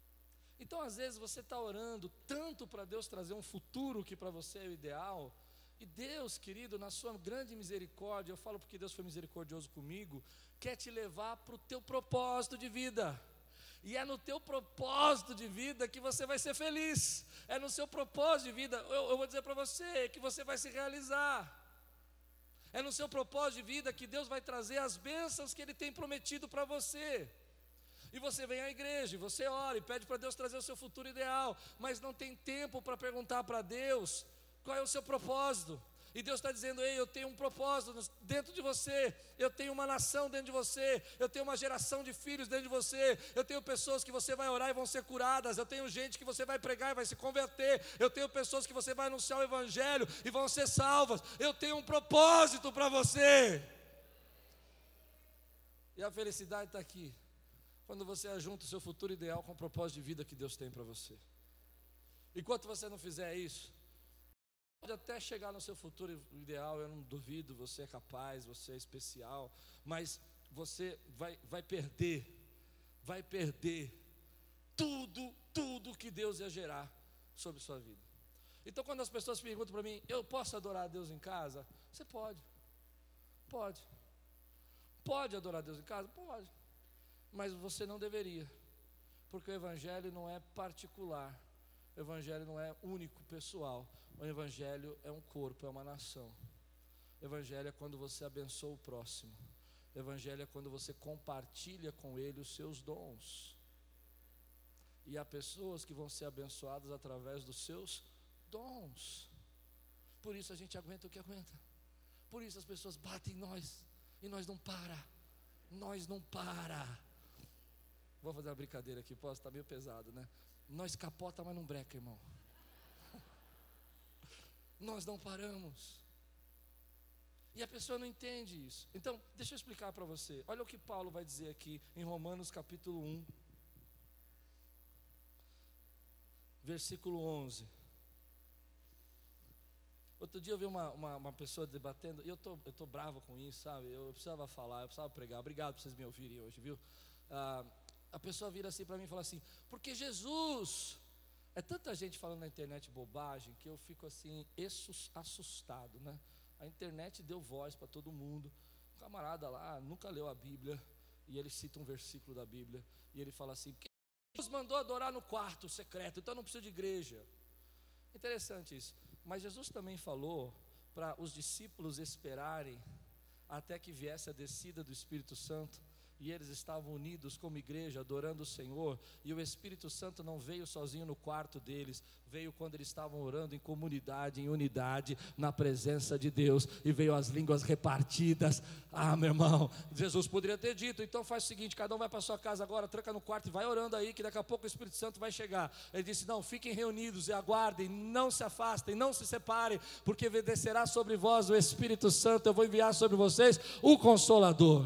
Então às vezes você está orando tanto para Deus trazer um futuro que para você é o ideal, E Deus, querido, na sua grande misericórdia, eu falo porque Deus foi misericordioso comigo, quer te levar para o teu propósito de vida. E é no teu propósito de vida que você vai ser feliz. É no seu propósito de vida, eu vou dizer para você, que você vai se realizar. É no seu propósito de vida que Deus vai trazer as bênçãos que Ele tem prometido para você. E você vem à igreja, e você ora e pede para Deus trazer o seu futuro ideal, mas não tem tempo para perguntar para Deus qual é o seu propósito. E Deus está dizendo: ei, eu tenho um propósito dentro de você, eu tenho uma nação dentro de você, eu tenho uma geração de filhos dentro de você, eu tenho pessoas que você vai orar e vão ser curadas, eu tenho gente que você vai pregar e vai se converter, eu tenho pessoas que você vai anunciar o evangelho e vão ser salvas. Eu tenho um propósito para você. E a felicidade está aqui, quando você ajunta o seu futuro ideal com o propósito de vida que Deus tem para você. Enquanto você não fizer isso, pode até chegar no seu futuro ideal, eu não duvido, você é capaz, você é especial, mas você vai perder tudo que Deus ia gerar sobre sua vida. Então, quando as pessoas perguntam para mim: eu posso adorar a Deus em casa? Você pode adorar a Deus em casa? Pode, mas você não deveria, porque o evangelho não é particular. O evangelho não é único, pessoal. O evangelho é um corpo, é uma nação. O evangelho é quando você abençoa o próximo. O evangelho é quando você compartilha com ele os seus dons. E há pessoas que vão ser abençoadas através dos seus dons. Por isso a gente aguenta o que aguenta. Por isso as pessoas batem em nós e nós não para. Vou fazer uma brincadeira aqui, posso? Está meio pesado, né? Nós capota, mas não breca, irmão. Nós não paramos. E a pessoa não entende isso. Então, deixa eu explicar para você. Olha o que Paulo vai dizer aqui em Romanos capítulo 1, versículo 11. Outro dia eu vi uma pessoa debatendo, e eu tô bravo com isso, sabe? Eu precisava falar, eu precisava pregar. Obrigado por vocês me ouvirem hoje, viu? A pessoa vira assim para mim e fala assim: porque Jesus... É tanta gente falando na internet bobagem que eu fico assim, assustado, né? A internet deu voz para todo mundo. Um camarada lá nunca leu a Bíblia, e ele cita um versículo da Bíblia, e ele fala assim: porque Jesus mandou adorar no quarto secreto, então não precisa de igreja. Interessante isso. Mas Jesus também falou para os discípulos esperarem até que viesse a descida do Espírito Santo. E eles estavam unidos como igreja, adorando o Senhor. E o Espírito Santo não veio sozinho no quarto deles, veio quando eles estavam orando em comunidade, em unidade, na presença de Deus. E veio as línguas repartidas. Meu irmão, Jesus poderia ter dito: então faz o seguinte, cada um vai para sua casa agora, tranca no quarto e vai orando aí, que daqui a pouco o Espírito Santo vai chegar. Ele disse: não, fiquem reunidos e aguardem, não se afastem, não se separem, porque descerá sobre vós o Espírito Santo. Eu vou enviar sobre vocês o Consolador.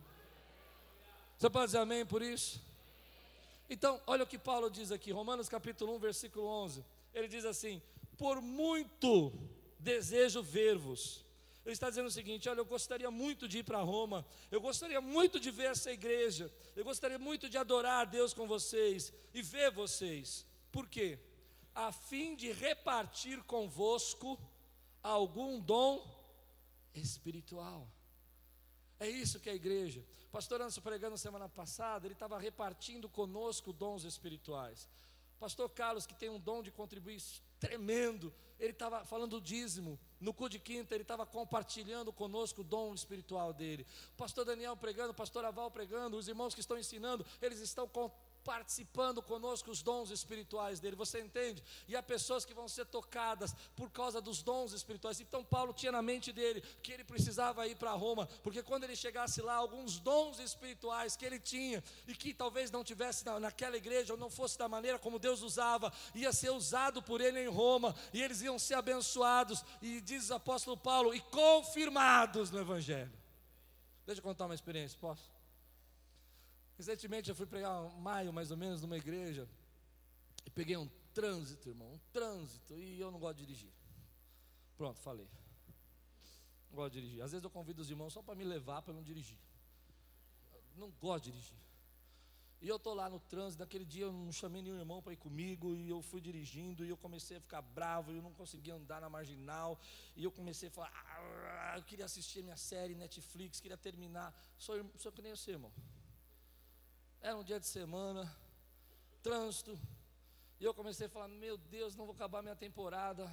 Você pode dizer amém por isso? Então, olha o que Paulo diz aqui, Romanos capítulo 1, versículo 11. Ele diz assim: por muito desejo ver-vos. Ele está dizendo o seguinte: olha, eu gostaria muito de ir para Roma, eu gostaria muito de ver essa igreja, eu gostaria muito de adorar a Deus com vocês e ver vocês. Por quê? A fim de repartir convosco algum dom espiritual. É isso que é a igreja. Pastor Anderson, pregando semana passada, ele estava repartindo conosco dons espirituais. Pastor Carlos, que tem um dom de contribuir tremendo, ele estava falando do dízimo. No culto de quinta, ele estava compartilhando conosco o dom espiritual dele. Pastor Daniel pregando, pastor Aval pregando, os irmãos que estão ensinando, eles estão participando conosco os dons espirituais dele, você entende? E há pessoas que vão ser tocadas por causa dos dons espirituais. Então Paulo tinha na mente dele que ele precisava ir para Roma, porque quando ele chegasse lá, alguns dons espirituais que ele tinha e que talvez não tivesse naquela igreja, ou não fosse da maneira como Deus usava, ia ser usado por ele em Roma, e eles iam ser abençoados, e diz o apóstolo Paulo, e confirmados no evangelho. Deixa eu contar uma experiência, posso? Recentemente eu fui pregar em maio, mais ou menos, numa igreja, e peguei um trânsito, irmão, e eu não gosto de dirigir. Pronto, falei. Não gosto de dirigir. Às vezes eu convido os irmãos só para me levar, para eu não dirigir. Não gosto de dirigir. E eu estou lá no trânsito, naquele dia eu não chamei nenhum irmão para ir comigo, e eu fui dirigindo, e eu comecei a ficar bravo, e eu não conseguia andar na marginal, e eu comecei a falar, eu queria assistir minha série Netflix, queria terminar, sou que nem você, irmão. Era um dia de semana, trânsito, e eu comecei a falar, meu Deus, não vou acabar minha temporada.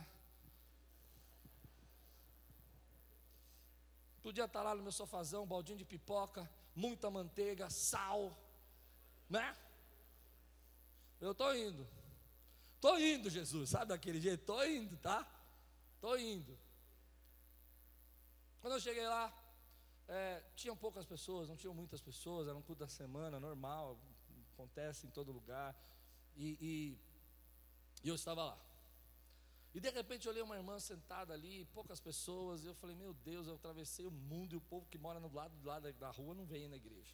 Podia estar lá no meu sofazão, um baldinho de pipoca, muita manteiga, sal, né? Eu estou indo, Jesus, sabe daquele jeito? Estou indo, tá? Estou indo. Quando eu cheguei lá, tinham poucas pessoas, não tinham muitas pessoas, era um culto da semana, normal, acontece em todo lugar, e eu estava lá. E de repente eu olhei uma irmã sentada ali, poucas pessoas, e eu falei, meu Deus, eu atravessei o mundo, e o povo que mora do lado da rua não vem na igreja.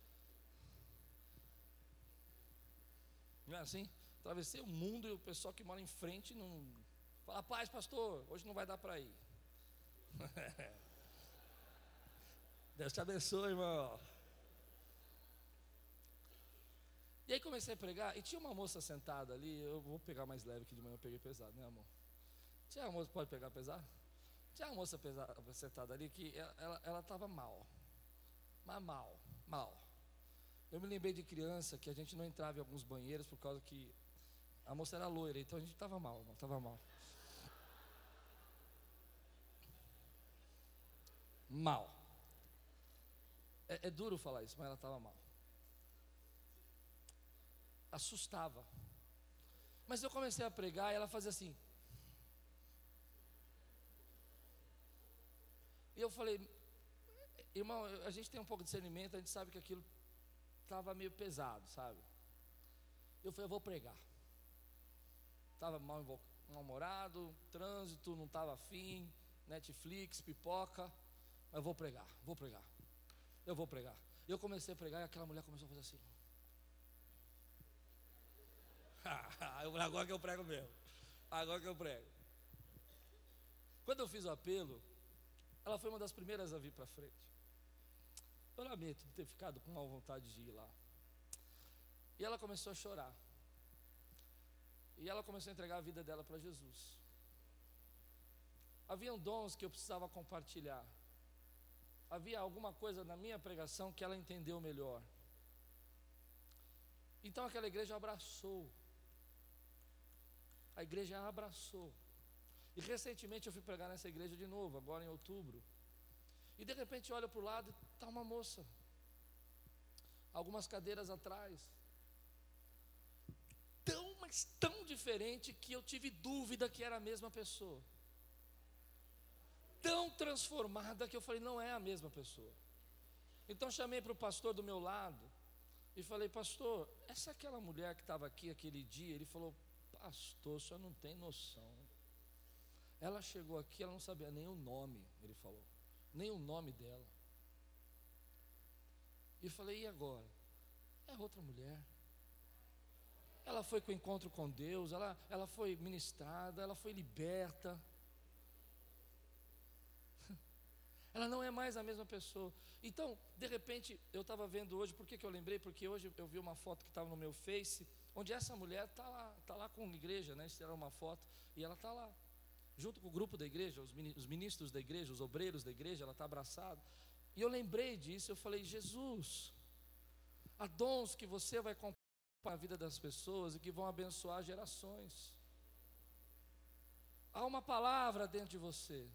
Não é assim? Atravessei o mundo, e o pessoal que mora em frente não fala, paz pastor, hoje não vai dar para ir. Deus te abençoe, irmão. E aí comecei a pregar, e tinha uma moça sentada ali, eu vou pegar mais leve, que de manhã eu peguei pesado, né, amor? Tinha uma moça, pode pegar pesado? Tinha uma moça sentada ali que ela estava mal, mas mal. Eu me lembrei de criança que a gente não entrava em alguns banheiros por causa que a moça era loira, então a gente estava mal, irmão, estava mal. Mal. É duro falar isso, mas ela estava mal. Assustava. Mas eu comecei a pregar e ela fazia assim. E eu falei, irmão, a gente tem um pouco de discernimento, a gente sabe que aquilo estava meio pesado, sabe? Eu falei, eu vou pregar. Estava mal-humorado, trânsito, não estava afim, Netflix, pipoca, mas eu vou pregar. Eu comecei a pregar e aquela mulher começou a fazer assim. Agora que eu prego mesmo. Quando eu fiz o apelo, ela foi uma das primeiras a vir para frente. Eu lamento de ter ficado com mal vontade de ir lá. E ela começou a chorar. E ela começou a entregar a vida dela para Jesus. Haviam dons que eu precisava compartilhar. Havia alguma coisa na minha pregação que ela entendeu melhor. Então aquela igreja abraçou. A igreja a abraçou. E recentemente eu fui pregar nessa igreja de novo, agora em outubro. E de repente olho para o lado e está uma moça, algumas cadeiras atrás, mas tão diferente que eu tive dúvida que era a mesma pessoa. Tão transformada que eu falei, não é a mesma pessoa. Então chamei para o pastor do meu lado e falei, pastor, essa é aquela mulher que estava aqui aquele dia? Ele falou, pastor, o senhor não tem noção. Ela chegou aqui, ela não sabia nem o nome, ele falou, nem o nome dela. E eu falei, e agora? É outra mulher. Ela foi com o encontro com Deus, ela foi ministrada, ela foi liberta. Ela não é mais a mesma pessoa. Então, de repente, eu estava vendo hoje, por que eu lembrei? Porque hoje eu vi uma foto que estava no meu Face, onde essa mulher está lá com a igreja, né? Isso era uma foto, e ela está lá, junto com o grupo da igreja, os ministros da igreja, os obreiros da igreja, ela está abraçada. E eu lembrei disso, eu falei, Jesus, há dons que você vai compartilhar na vida das pessoas e que vão abençoar gerações. Há uma palavra dentro de você.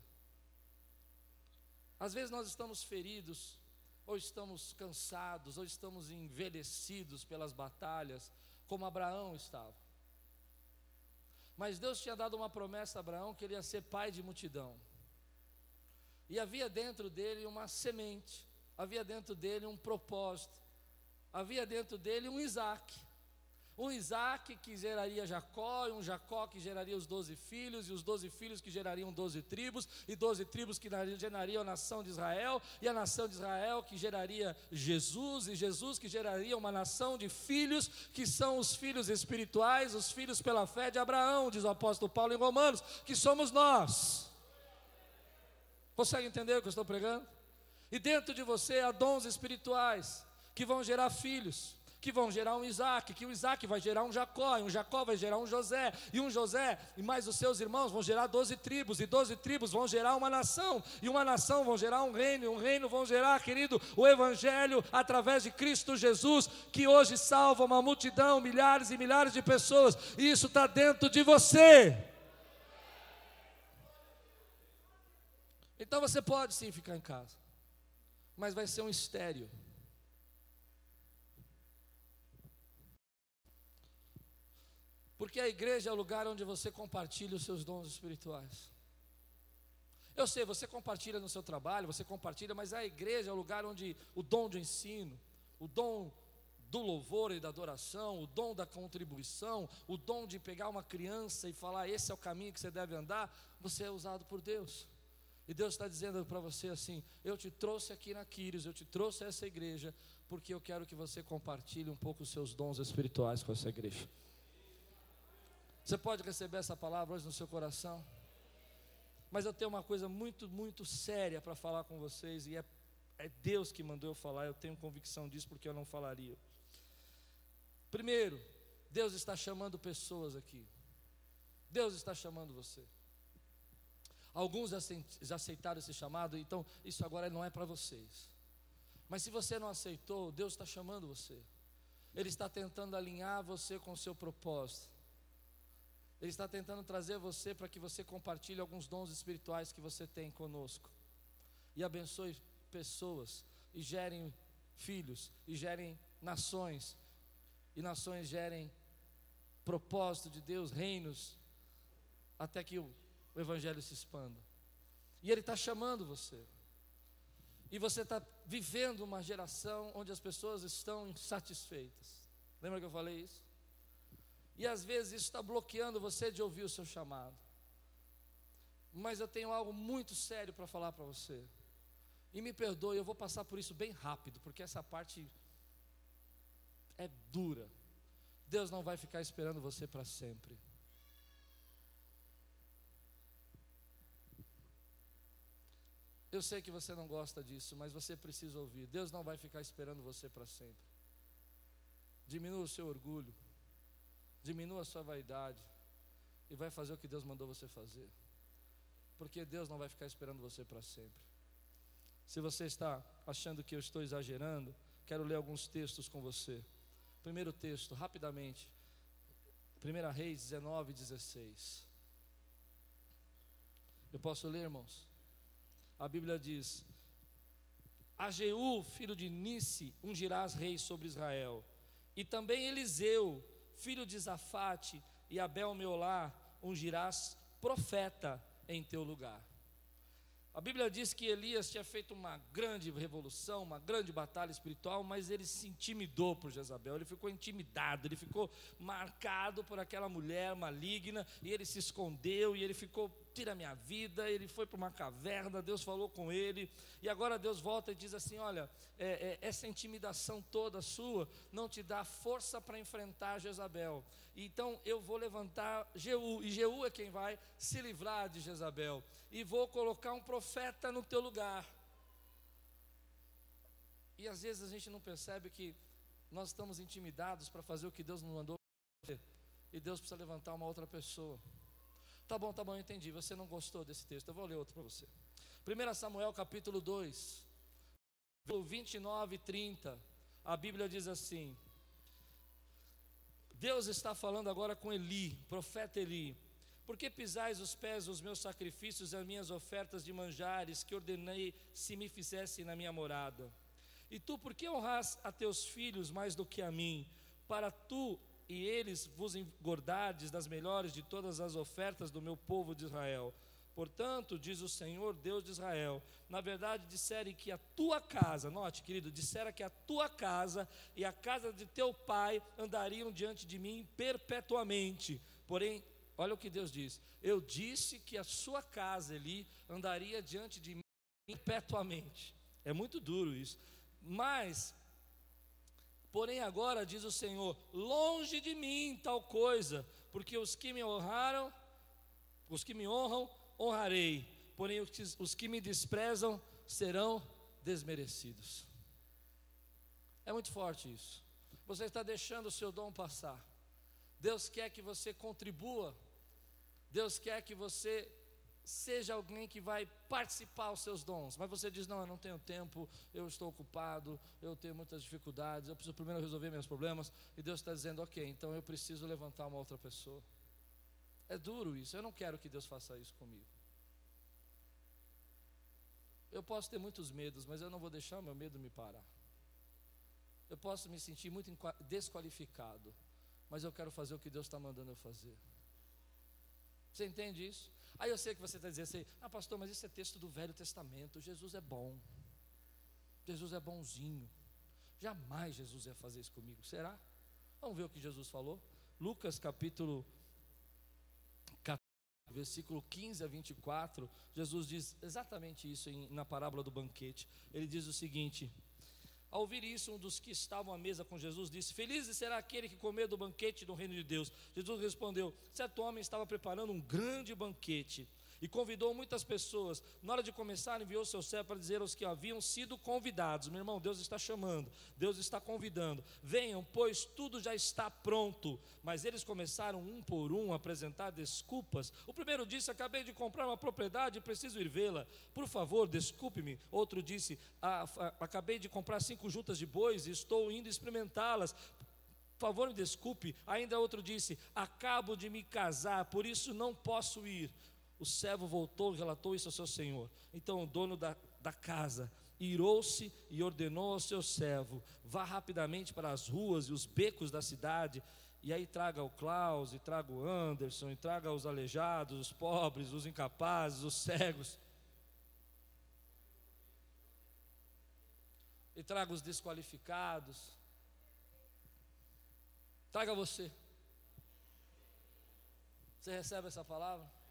Às vezes nós estamos feridos, ou estamos cansados, ou estamos envelhecidos pelas batalhas, como Abraão estava. Mas Deus tinha dado uma promessa a Abraão que ele ia ser pai de multidão. E havia dentro dele uma semente, havia dentro dele um propósito, havia dentro dele um Isaac. Um Isaac que geraria Jacó, e um Jacó que geraria os 12 filhos, e os 12 filhos que gerariam 12 tribos, e 12 tribos que gerariam a nação de Israel, e a nação de Israel que geraria Jesus, e Jesus que geraria uma nação de filhos, que são os filhos espirituais, os filhos pela fé de Abraão, diz o apóstolo Paulo em Romanos, que somos nós. Consegue entender o que eu estou pregando? E dentro de você há dons espirituais, que vão gerar filhos. que vão gerar um Isaac, que o Isaac vai gerar um Jacó, e um Jacó vai gerar um José, e um José e mais os seus irmãos vão gerar 12 tribos, e 12 tribos vão gerar uma nação, e uma nação vão gerar um reino, e um reino vão gerar, querido, o Evangelho através de Cristo Jesus, que hoje salva uma multidão, milhares e milhares de pessoas, e isso está dentro de você. Então você pode sim ficar em casa, mas vai ser um estéril. Porque a igreja é o lugar onde você compartilha os seus dons espirituais. Eu sei, você compartilha no seu trabalho, você compartilha, mas a igreja é o lugar onde o dom de ensino, o dom do louvor e da adoração, o dom da contribuição, o dom de pegar uma criança e falar, esse é o caminho que você deve andar, você é usado por Deus. E Deus está dizendo para você assim, eu te trouxe aqui na Quírios, eu te trouxe a essa igreja, porque eu quero que você compartilhe um pouco os seus dons espirituais com essa igreja. Você pode receber essa palavra hoje no seu coração? Mas eu tenho uma coisa muito, muito séria para falar com vocês, e é Deus que mandou eu falar, eu tenho convicção disso, porque eu não falaria. Primeiro, Deus está chamando pessoas aqui. Deus está chamando você. Alguns já aceitaram esse chamado, então isso agora não é para vocês. Mas se você não aceitou, Deus está chamando você. Ele está tentando alinhar você com o seu propósito. Ele está tentando trazer você para que você compartilhe alguns dons espirituais que você tem conosco. E abençoe pessoas, e gerem filhos, e gerem nações. E nações gerem propósito de Deus, reinos, até que o Evangelho se expanda. E Ele está chamando você. E você está vivendo uma geração onde as pessoas estão insatisfeitas. Lembra que eu falei isso? E às vezes isso está bloqueando você de ouvir o seu chamado. Mas eu tenho algo muito sério para falar para você. E me perdoe, eu vou passar por isso bem rápido, porque essa parte é dura. Deus não vai ficar esperando você para sempre. Eu sei que você não gosta disso, mas você precisa ouvir. Deus não vai ficar esperando você para sempre. Diminua o seu orgulho, diminua a sua vaidade, e vai fazer o que Deus mandou você fazer. Porque Deus não vai ficar esperando você para sempre. Se você está achando que eu estou exagerando, quero ler alguns textos com você. Primeiro texto, rapidamente, 1 Reis 19, 16. Eu posso ler, irmãos? A Bíblia diz: a Jeú, filho de Nissi, ungirás rei sobre Israel, e também Eliseu, filho de Zafate, e Abel-Meolá, ungirás profeta em teu lugar. A Bíblia diz que Elias tinha feito uma grande revolução, uma grande batalha espiritual, mas ele se intimidou por Jezabel, ele ficou intimidado, ele ficou marcado por aquela mulher maligna, e ele se escondeu, e ele ficou, tira minha vida, ele foi para uma caverna, Deus falou com ele, e agora Deus volta e diz assim, olha, essa intimidação toda sua, não te dá força para enfrentar Jezabel, então eu vou levantar Jeú, e Jeú é quem vai se livrar de Jezabel, e vou colocar um profeta no teu lugar. E às vezes a gente não percebe que nós estamos intimidados para fazer o que Deus nos mandou fazer, e Deus precisa levantar uma outra pessoa. Tá bom, eu entendi, você não gostou desse texto, eu vou ler outro para você. 1 Samuel capítulo 2, 29 e 30, a Bíblia diz assim, Deus está falando agora com Eli, profeta Eli: por que pisais os pés dos meus sacrifícios e as minhas ofertas de manjares que ordenei se me fizessem na minha morada? E tu, por que honras a teus filhos mais do que a mim, para tu e eles vos engordardes das melhores de todas as ofertas do meu povo de Israel? Portanto, diz o Senhor, Deus de Israel, na verdade disserem que a tua casa, note querido, disseram que a tua casa e a casa de teu pai andariam diante de mim perpetuamente. Porém, olha o que Deus diz: eu disse que a sua casa, Eli, andaria diante de mim perpetuamente. É muito duro isso, mas porém agora, diz o Senhor, longe de mim tal coisa, porque os que me honram, honrarei, porém os que me desprezam serão desmerecidos. É muito forte isso, Você está deixando o seu dom passar. Deus quer que você contribua. Deus quer que você seja alguém que vai participar dos seus dons. Mas você diz: não, eu não tenho tempo, eu estou ocupado, eu tenho muitas dificuldades, eu preciso primeiro resolver meus problemas. E Deus está dizendo: ok, então eu preciso levantar uma outra pessoa. É duro isso, eu não quero que Deus faça isso comigo. Eu posso ter muitos medos, mas eu não vou deixar o meu medo me parar. Eu posso me sentir muito desqualificado, mas eu quero fazer o que Deus está mandando eu fazer. Você entende isso? Aí eu sei que você está dizendo assim: ah, pastor, mas isso é texto do Velho Testamento. Jesus é bom, Jesus é bonzinho. Jamais Jesus ia fazer isso comigo, será? Vamos ver o que Jesus falou. Lucas capítulo 14, versículo 15 a 24. Jesus diz exatamente isso na parábola do banquete. Ele diz o seguinte: ao ouvir isso, um dos que estavam à mesa com Jesus disse: feliz será aquele que comer do banquete do reino de Deus. Jesus respondeu: certo homem estava preparando um grande banquete e convidou muitas pessoas. Na hora de começar, enviou seu servo para dizer aos que haviam sido convidados: meu irmão, Deus está chamando, Deus está convidando, venham, pois tudo já está pronto. Mas eles começaram um por um a apresentar desculpas. O primeiro disse: acabei de comprar uma propriedade e preciso ir vê-la, por favor, desculpe-me. Outro disse: acabei de comprar 5 juntas de bois e estou indo experimentá-las, por favor, me desculpe. Ainda outro disse: acabo de me casar, por isso não posso ir. O servo voltou e relatou isso ao seu senhor. Então o dono da casa irou-se e ordenou ao seu servo: vá rapidamente para as ruas e os becos da cidade, e aí traga o Klaus, e traga o Anderson, e traga os aleijados, os pobres, os incapazes, os cegos, e traga os desqualificados. Traga você. Você recebe essa palavra?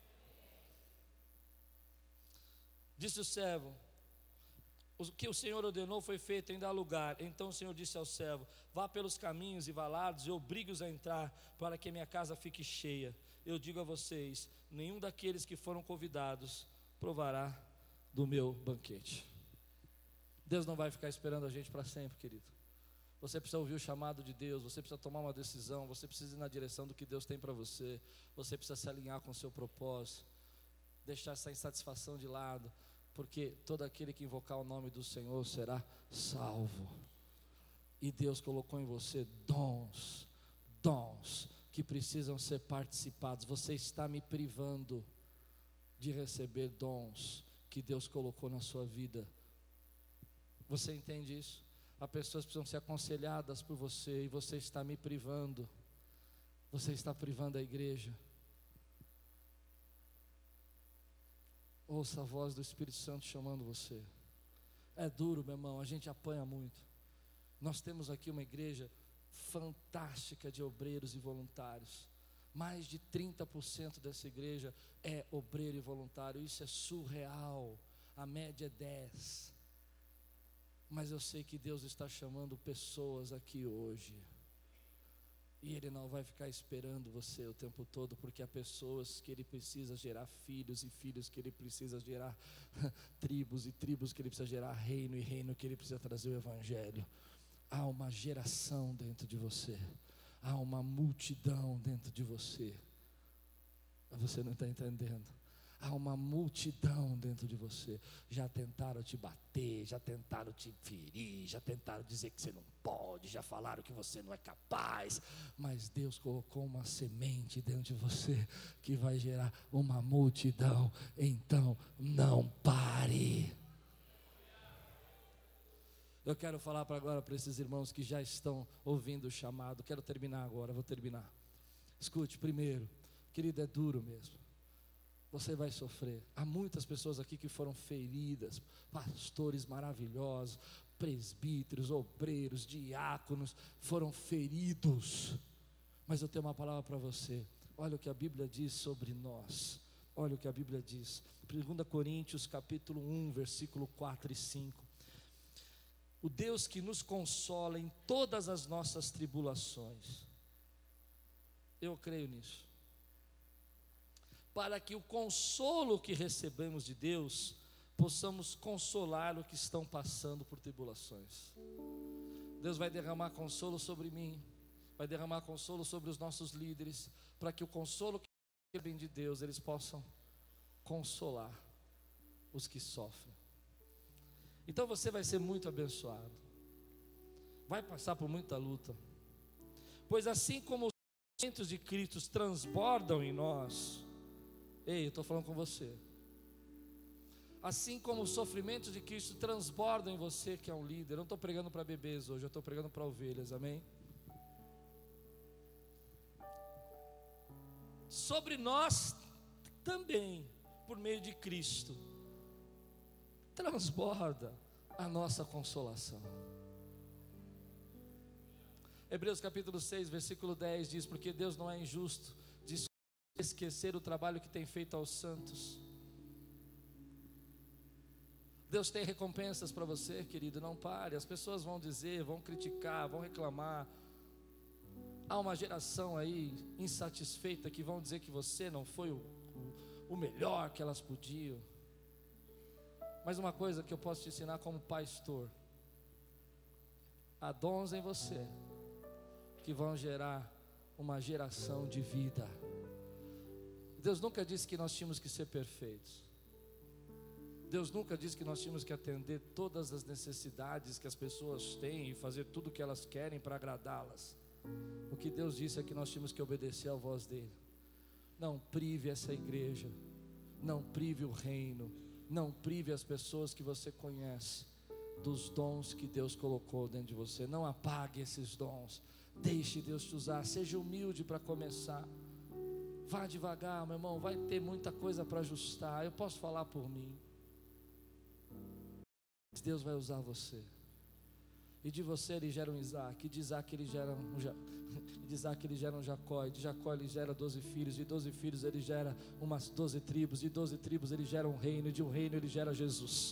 Disse o servo: o que o Senhor ordenou foi feito, ainda há lugar. Então o Senhor disse ao servo: vá pelos caminhos e valados e obrigue-os a entrar, para que a minha casa fique cheia. Eu digo a vocês: nenhum daqueles que foram convidados provará do meu banquete. Deus não vai ficar esperando a gente para sempre, querido. Você precisa ouvir o chamado de Deus, você precisa tomar uma decisão, você precisa ir na direção do que Deus tem para você, você precisa se alinhar com o seu propósito, deixar essa insatisfação de lado, porque todo aquele que invocar o nome do Senhor será salvo. E Deus colocou em você dons que precisam ser participados. Você está me privando de receber dons que Deus colocou na sua vida. Você entende isso? As pessoas precisam ser aconselhadas por você, e você está me privando. Você está privando a igreja. Ouça a voz do Espírito Santo chamando você. É duro, meu irmão, a gente apanha muito. Nós temos aqui uma igreja fantástica de obreiros e voluntários. Mais de 30% dessa igreja é obreiro e voluntário. Isso é surreal. A média é 10%. Mas eu sei que Deus está chamando pessoas aqui hoje, e Ele não vai ficar esperando você o tempo todo, porque há pessoas que Ele precisa gerar filhos, e filhos que Ele precisa gerar tribos, e tribos que Ele precisa gerar reino, e reino que Ele precisa trazer o Evangelho. Há uma geração dentro de você, há uma multidão dentro de você, mas você não está entendendo. Há uma multidão dentro de você. Já tentaram te bater, já tentaram te ferir, já tentaram dizer que você não pode, já falaram que você não é capaz, mas Deus colocou uma semente dentro de você que vai gerar uma multidão. Então não pare. Eu quero falar agora para esses irmãos que já estão ouvindo o chamado. Quero terminar agora, vou terminar. Escute, primeiro, querido, é duro mesmo. Você vai sofrer. Há muitas pessoas aqui que foram feridas, pastores maravilhosos, presbíteros, obreiros, diáconos, foram feridos. Mas eu tenho uma palavra para você. Olha o que a Bíblia diz sobre nós. Olha o que a Bíblia diz. 2 Coríntios capítulo 1, versículo 4 e 5. O Deus que nos consola em todas as nossas tribulações. Eu creio nisso. Para que o consolo que recebemos de Deus, possamos consolar os que estão passando por tribulações. Deus vai derramar consolo sobre mim, vai derramar consolo sobre os nossos líderes, para que o consolo que vem de Deus, eles possam consolar os que sofrem. Então você vai ser muito abençoado, vai passar por muita luta, pois assim como os sofrimentos de Cristo transbordam em nós, ei, eu estou falando com você, assim como os sofrimentos de Cristo transbordam em você que é um líder. Eu não estou pregando para bebês hoje, eu estou pregando para ovelhas, amém? Sobre nós também, por meio de Cristo, transborda a nossa consolação. Hebreus capítulo 6, versículo 10 diz: porque Deus não é injusto de esquecer o trabalho que tem feito aos santos. Deus tem recompensas para você, querido, não pare. As pessoas vão dizer, vão criticar, vão reclamar. Há uma geração aí insatisfeita que vão dizer que você não foi o melhor que elas podiam. Mas uma coisa que eu posso te ensinar como pastor: há dons em você que vão gerar uma geração de vida. Deus nunca disse que nós tínhamos que ser perfeitos. Deus nunca disse que nós tínhamos que atender todas as necessidades que as pessoas têm e fazer tudo o que elas querem para agradá-las. O que Deus disse é que nós tínhamos que obedecer à voz dele. Não prive essa igreja, não prive o reino, não prive as pessoas que você conhece dos dons que Deus colocou dentro de você. Não apague esses dons, deixe Deus te usar. Seja humilde para começar, vá devagar, meu irmão, vai ter muita coisa para ajustar. Eu posso falar por mim, Deus vai usar você. E de você ele gera um Isaac, e de Isaac ele gera um Jacó, e de Jacó ele gera 12 filhos, e de 12 filhos ele gera umas 12 tribos, e de 12 tribos ele gera um reino, e de um reino ele gera Jesus.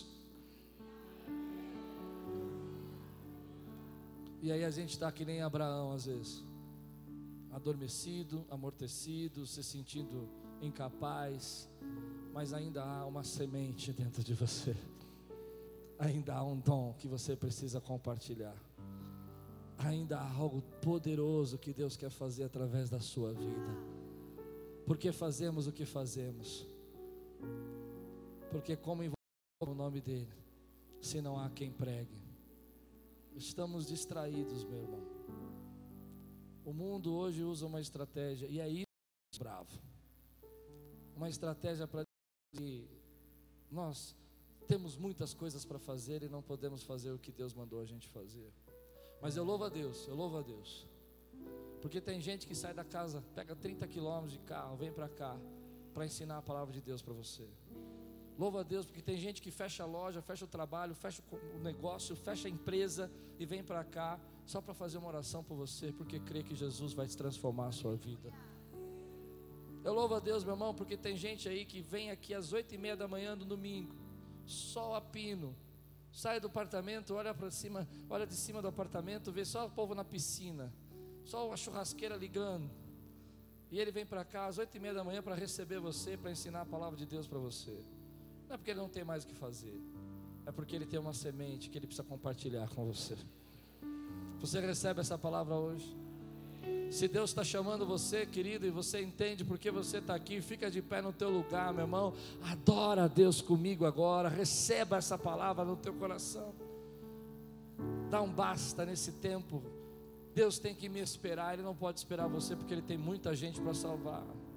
E aí a gente está que nem Abraão às vezes, adormecido, amortecido, se sentindo incapaz, mas ainda há uma semente dentro de você. Ainda há um dom que você precisa compartilhar. Ainda há algo poderoso que Deus quer fazer através da sua vida. Porque fazemos o que fazemos? Porque como invocar o nome dele, se não há quem pregue? Estamos distraídos, meu irmão. O mundo hoje usa uma estratégia, e é isso bravo. Uma estratégia para dizer: nós temos muitas coisas para fazer e não podemos fazer o que Deus mandou a gente fazer. Mas eu louvo a Deus, porque tem gente que sai da casa, pega 30 quilômetros de carro, vem para cá, para ensinar a palavra de Deus para você. Louvo a Deus porque tem gente que fecha a loja, fecha o trabalho, fecha o negócio, fecha a empresa e vem para cá só para fazer uma oração por você, porque crê que Jesus vai transformar a sua vida. Eu louvo a Deus, meu irmão, porque tem gente aí que vem aqui às 8:30 da manhã no domingo, sol a pino, sai do apartamento, olha para cima, olha de cima do apartamento, vê só o povo na piscina, só a churrasqueira ligando, e ele vem para cá às 8:30 da manhã para receber você, para ensinar a palavra de Deus para você. Não é porque ele não tem mais o que fazer, é porque ele tem uma semente que ele precisa compartilhar com você. Você recebe essa palavra hoje? Se Deus está chamando você, querido, e você entende porque você está aqui, fica de pé no teu lugar, meu irmão. Adora a Deus comigo agora. Receba essa palavra no teu coração. Dá um basta nesse tempo. Deus tem que me esperar. Ele não pode esperar você porque Ele tem muita gente para salvar.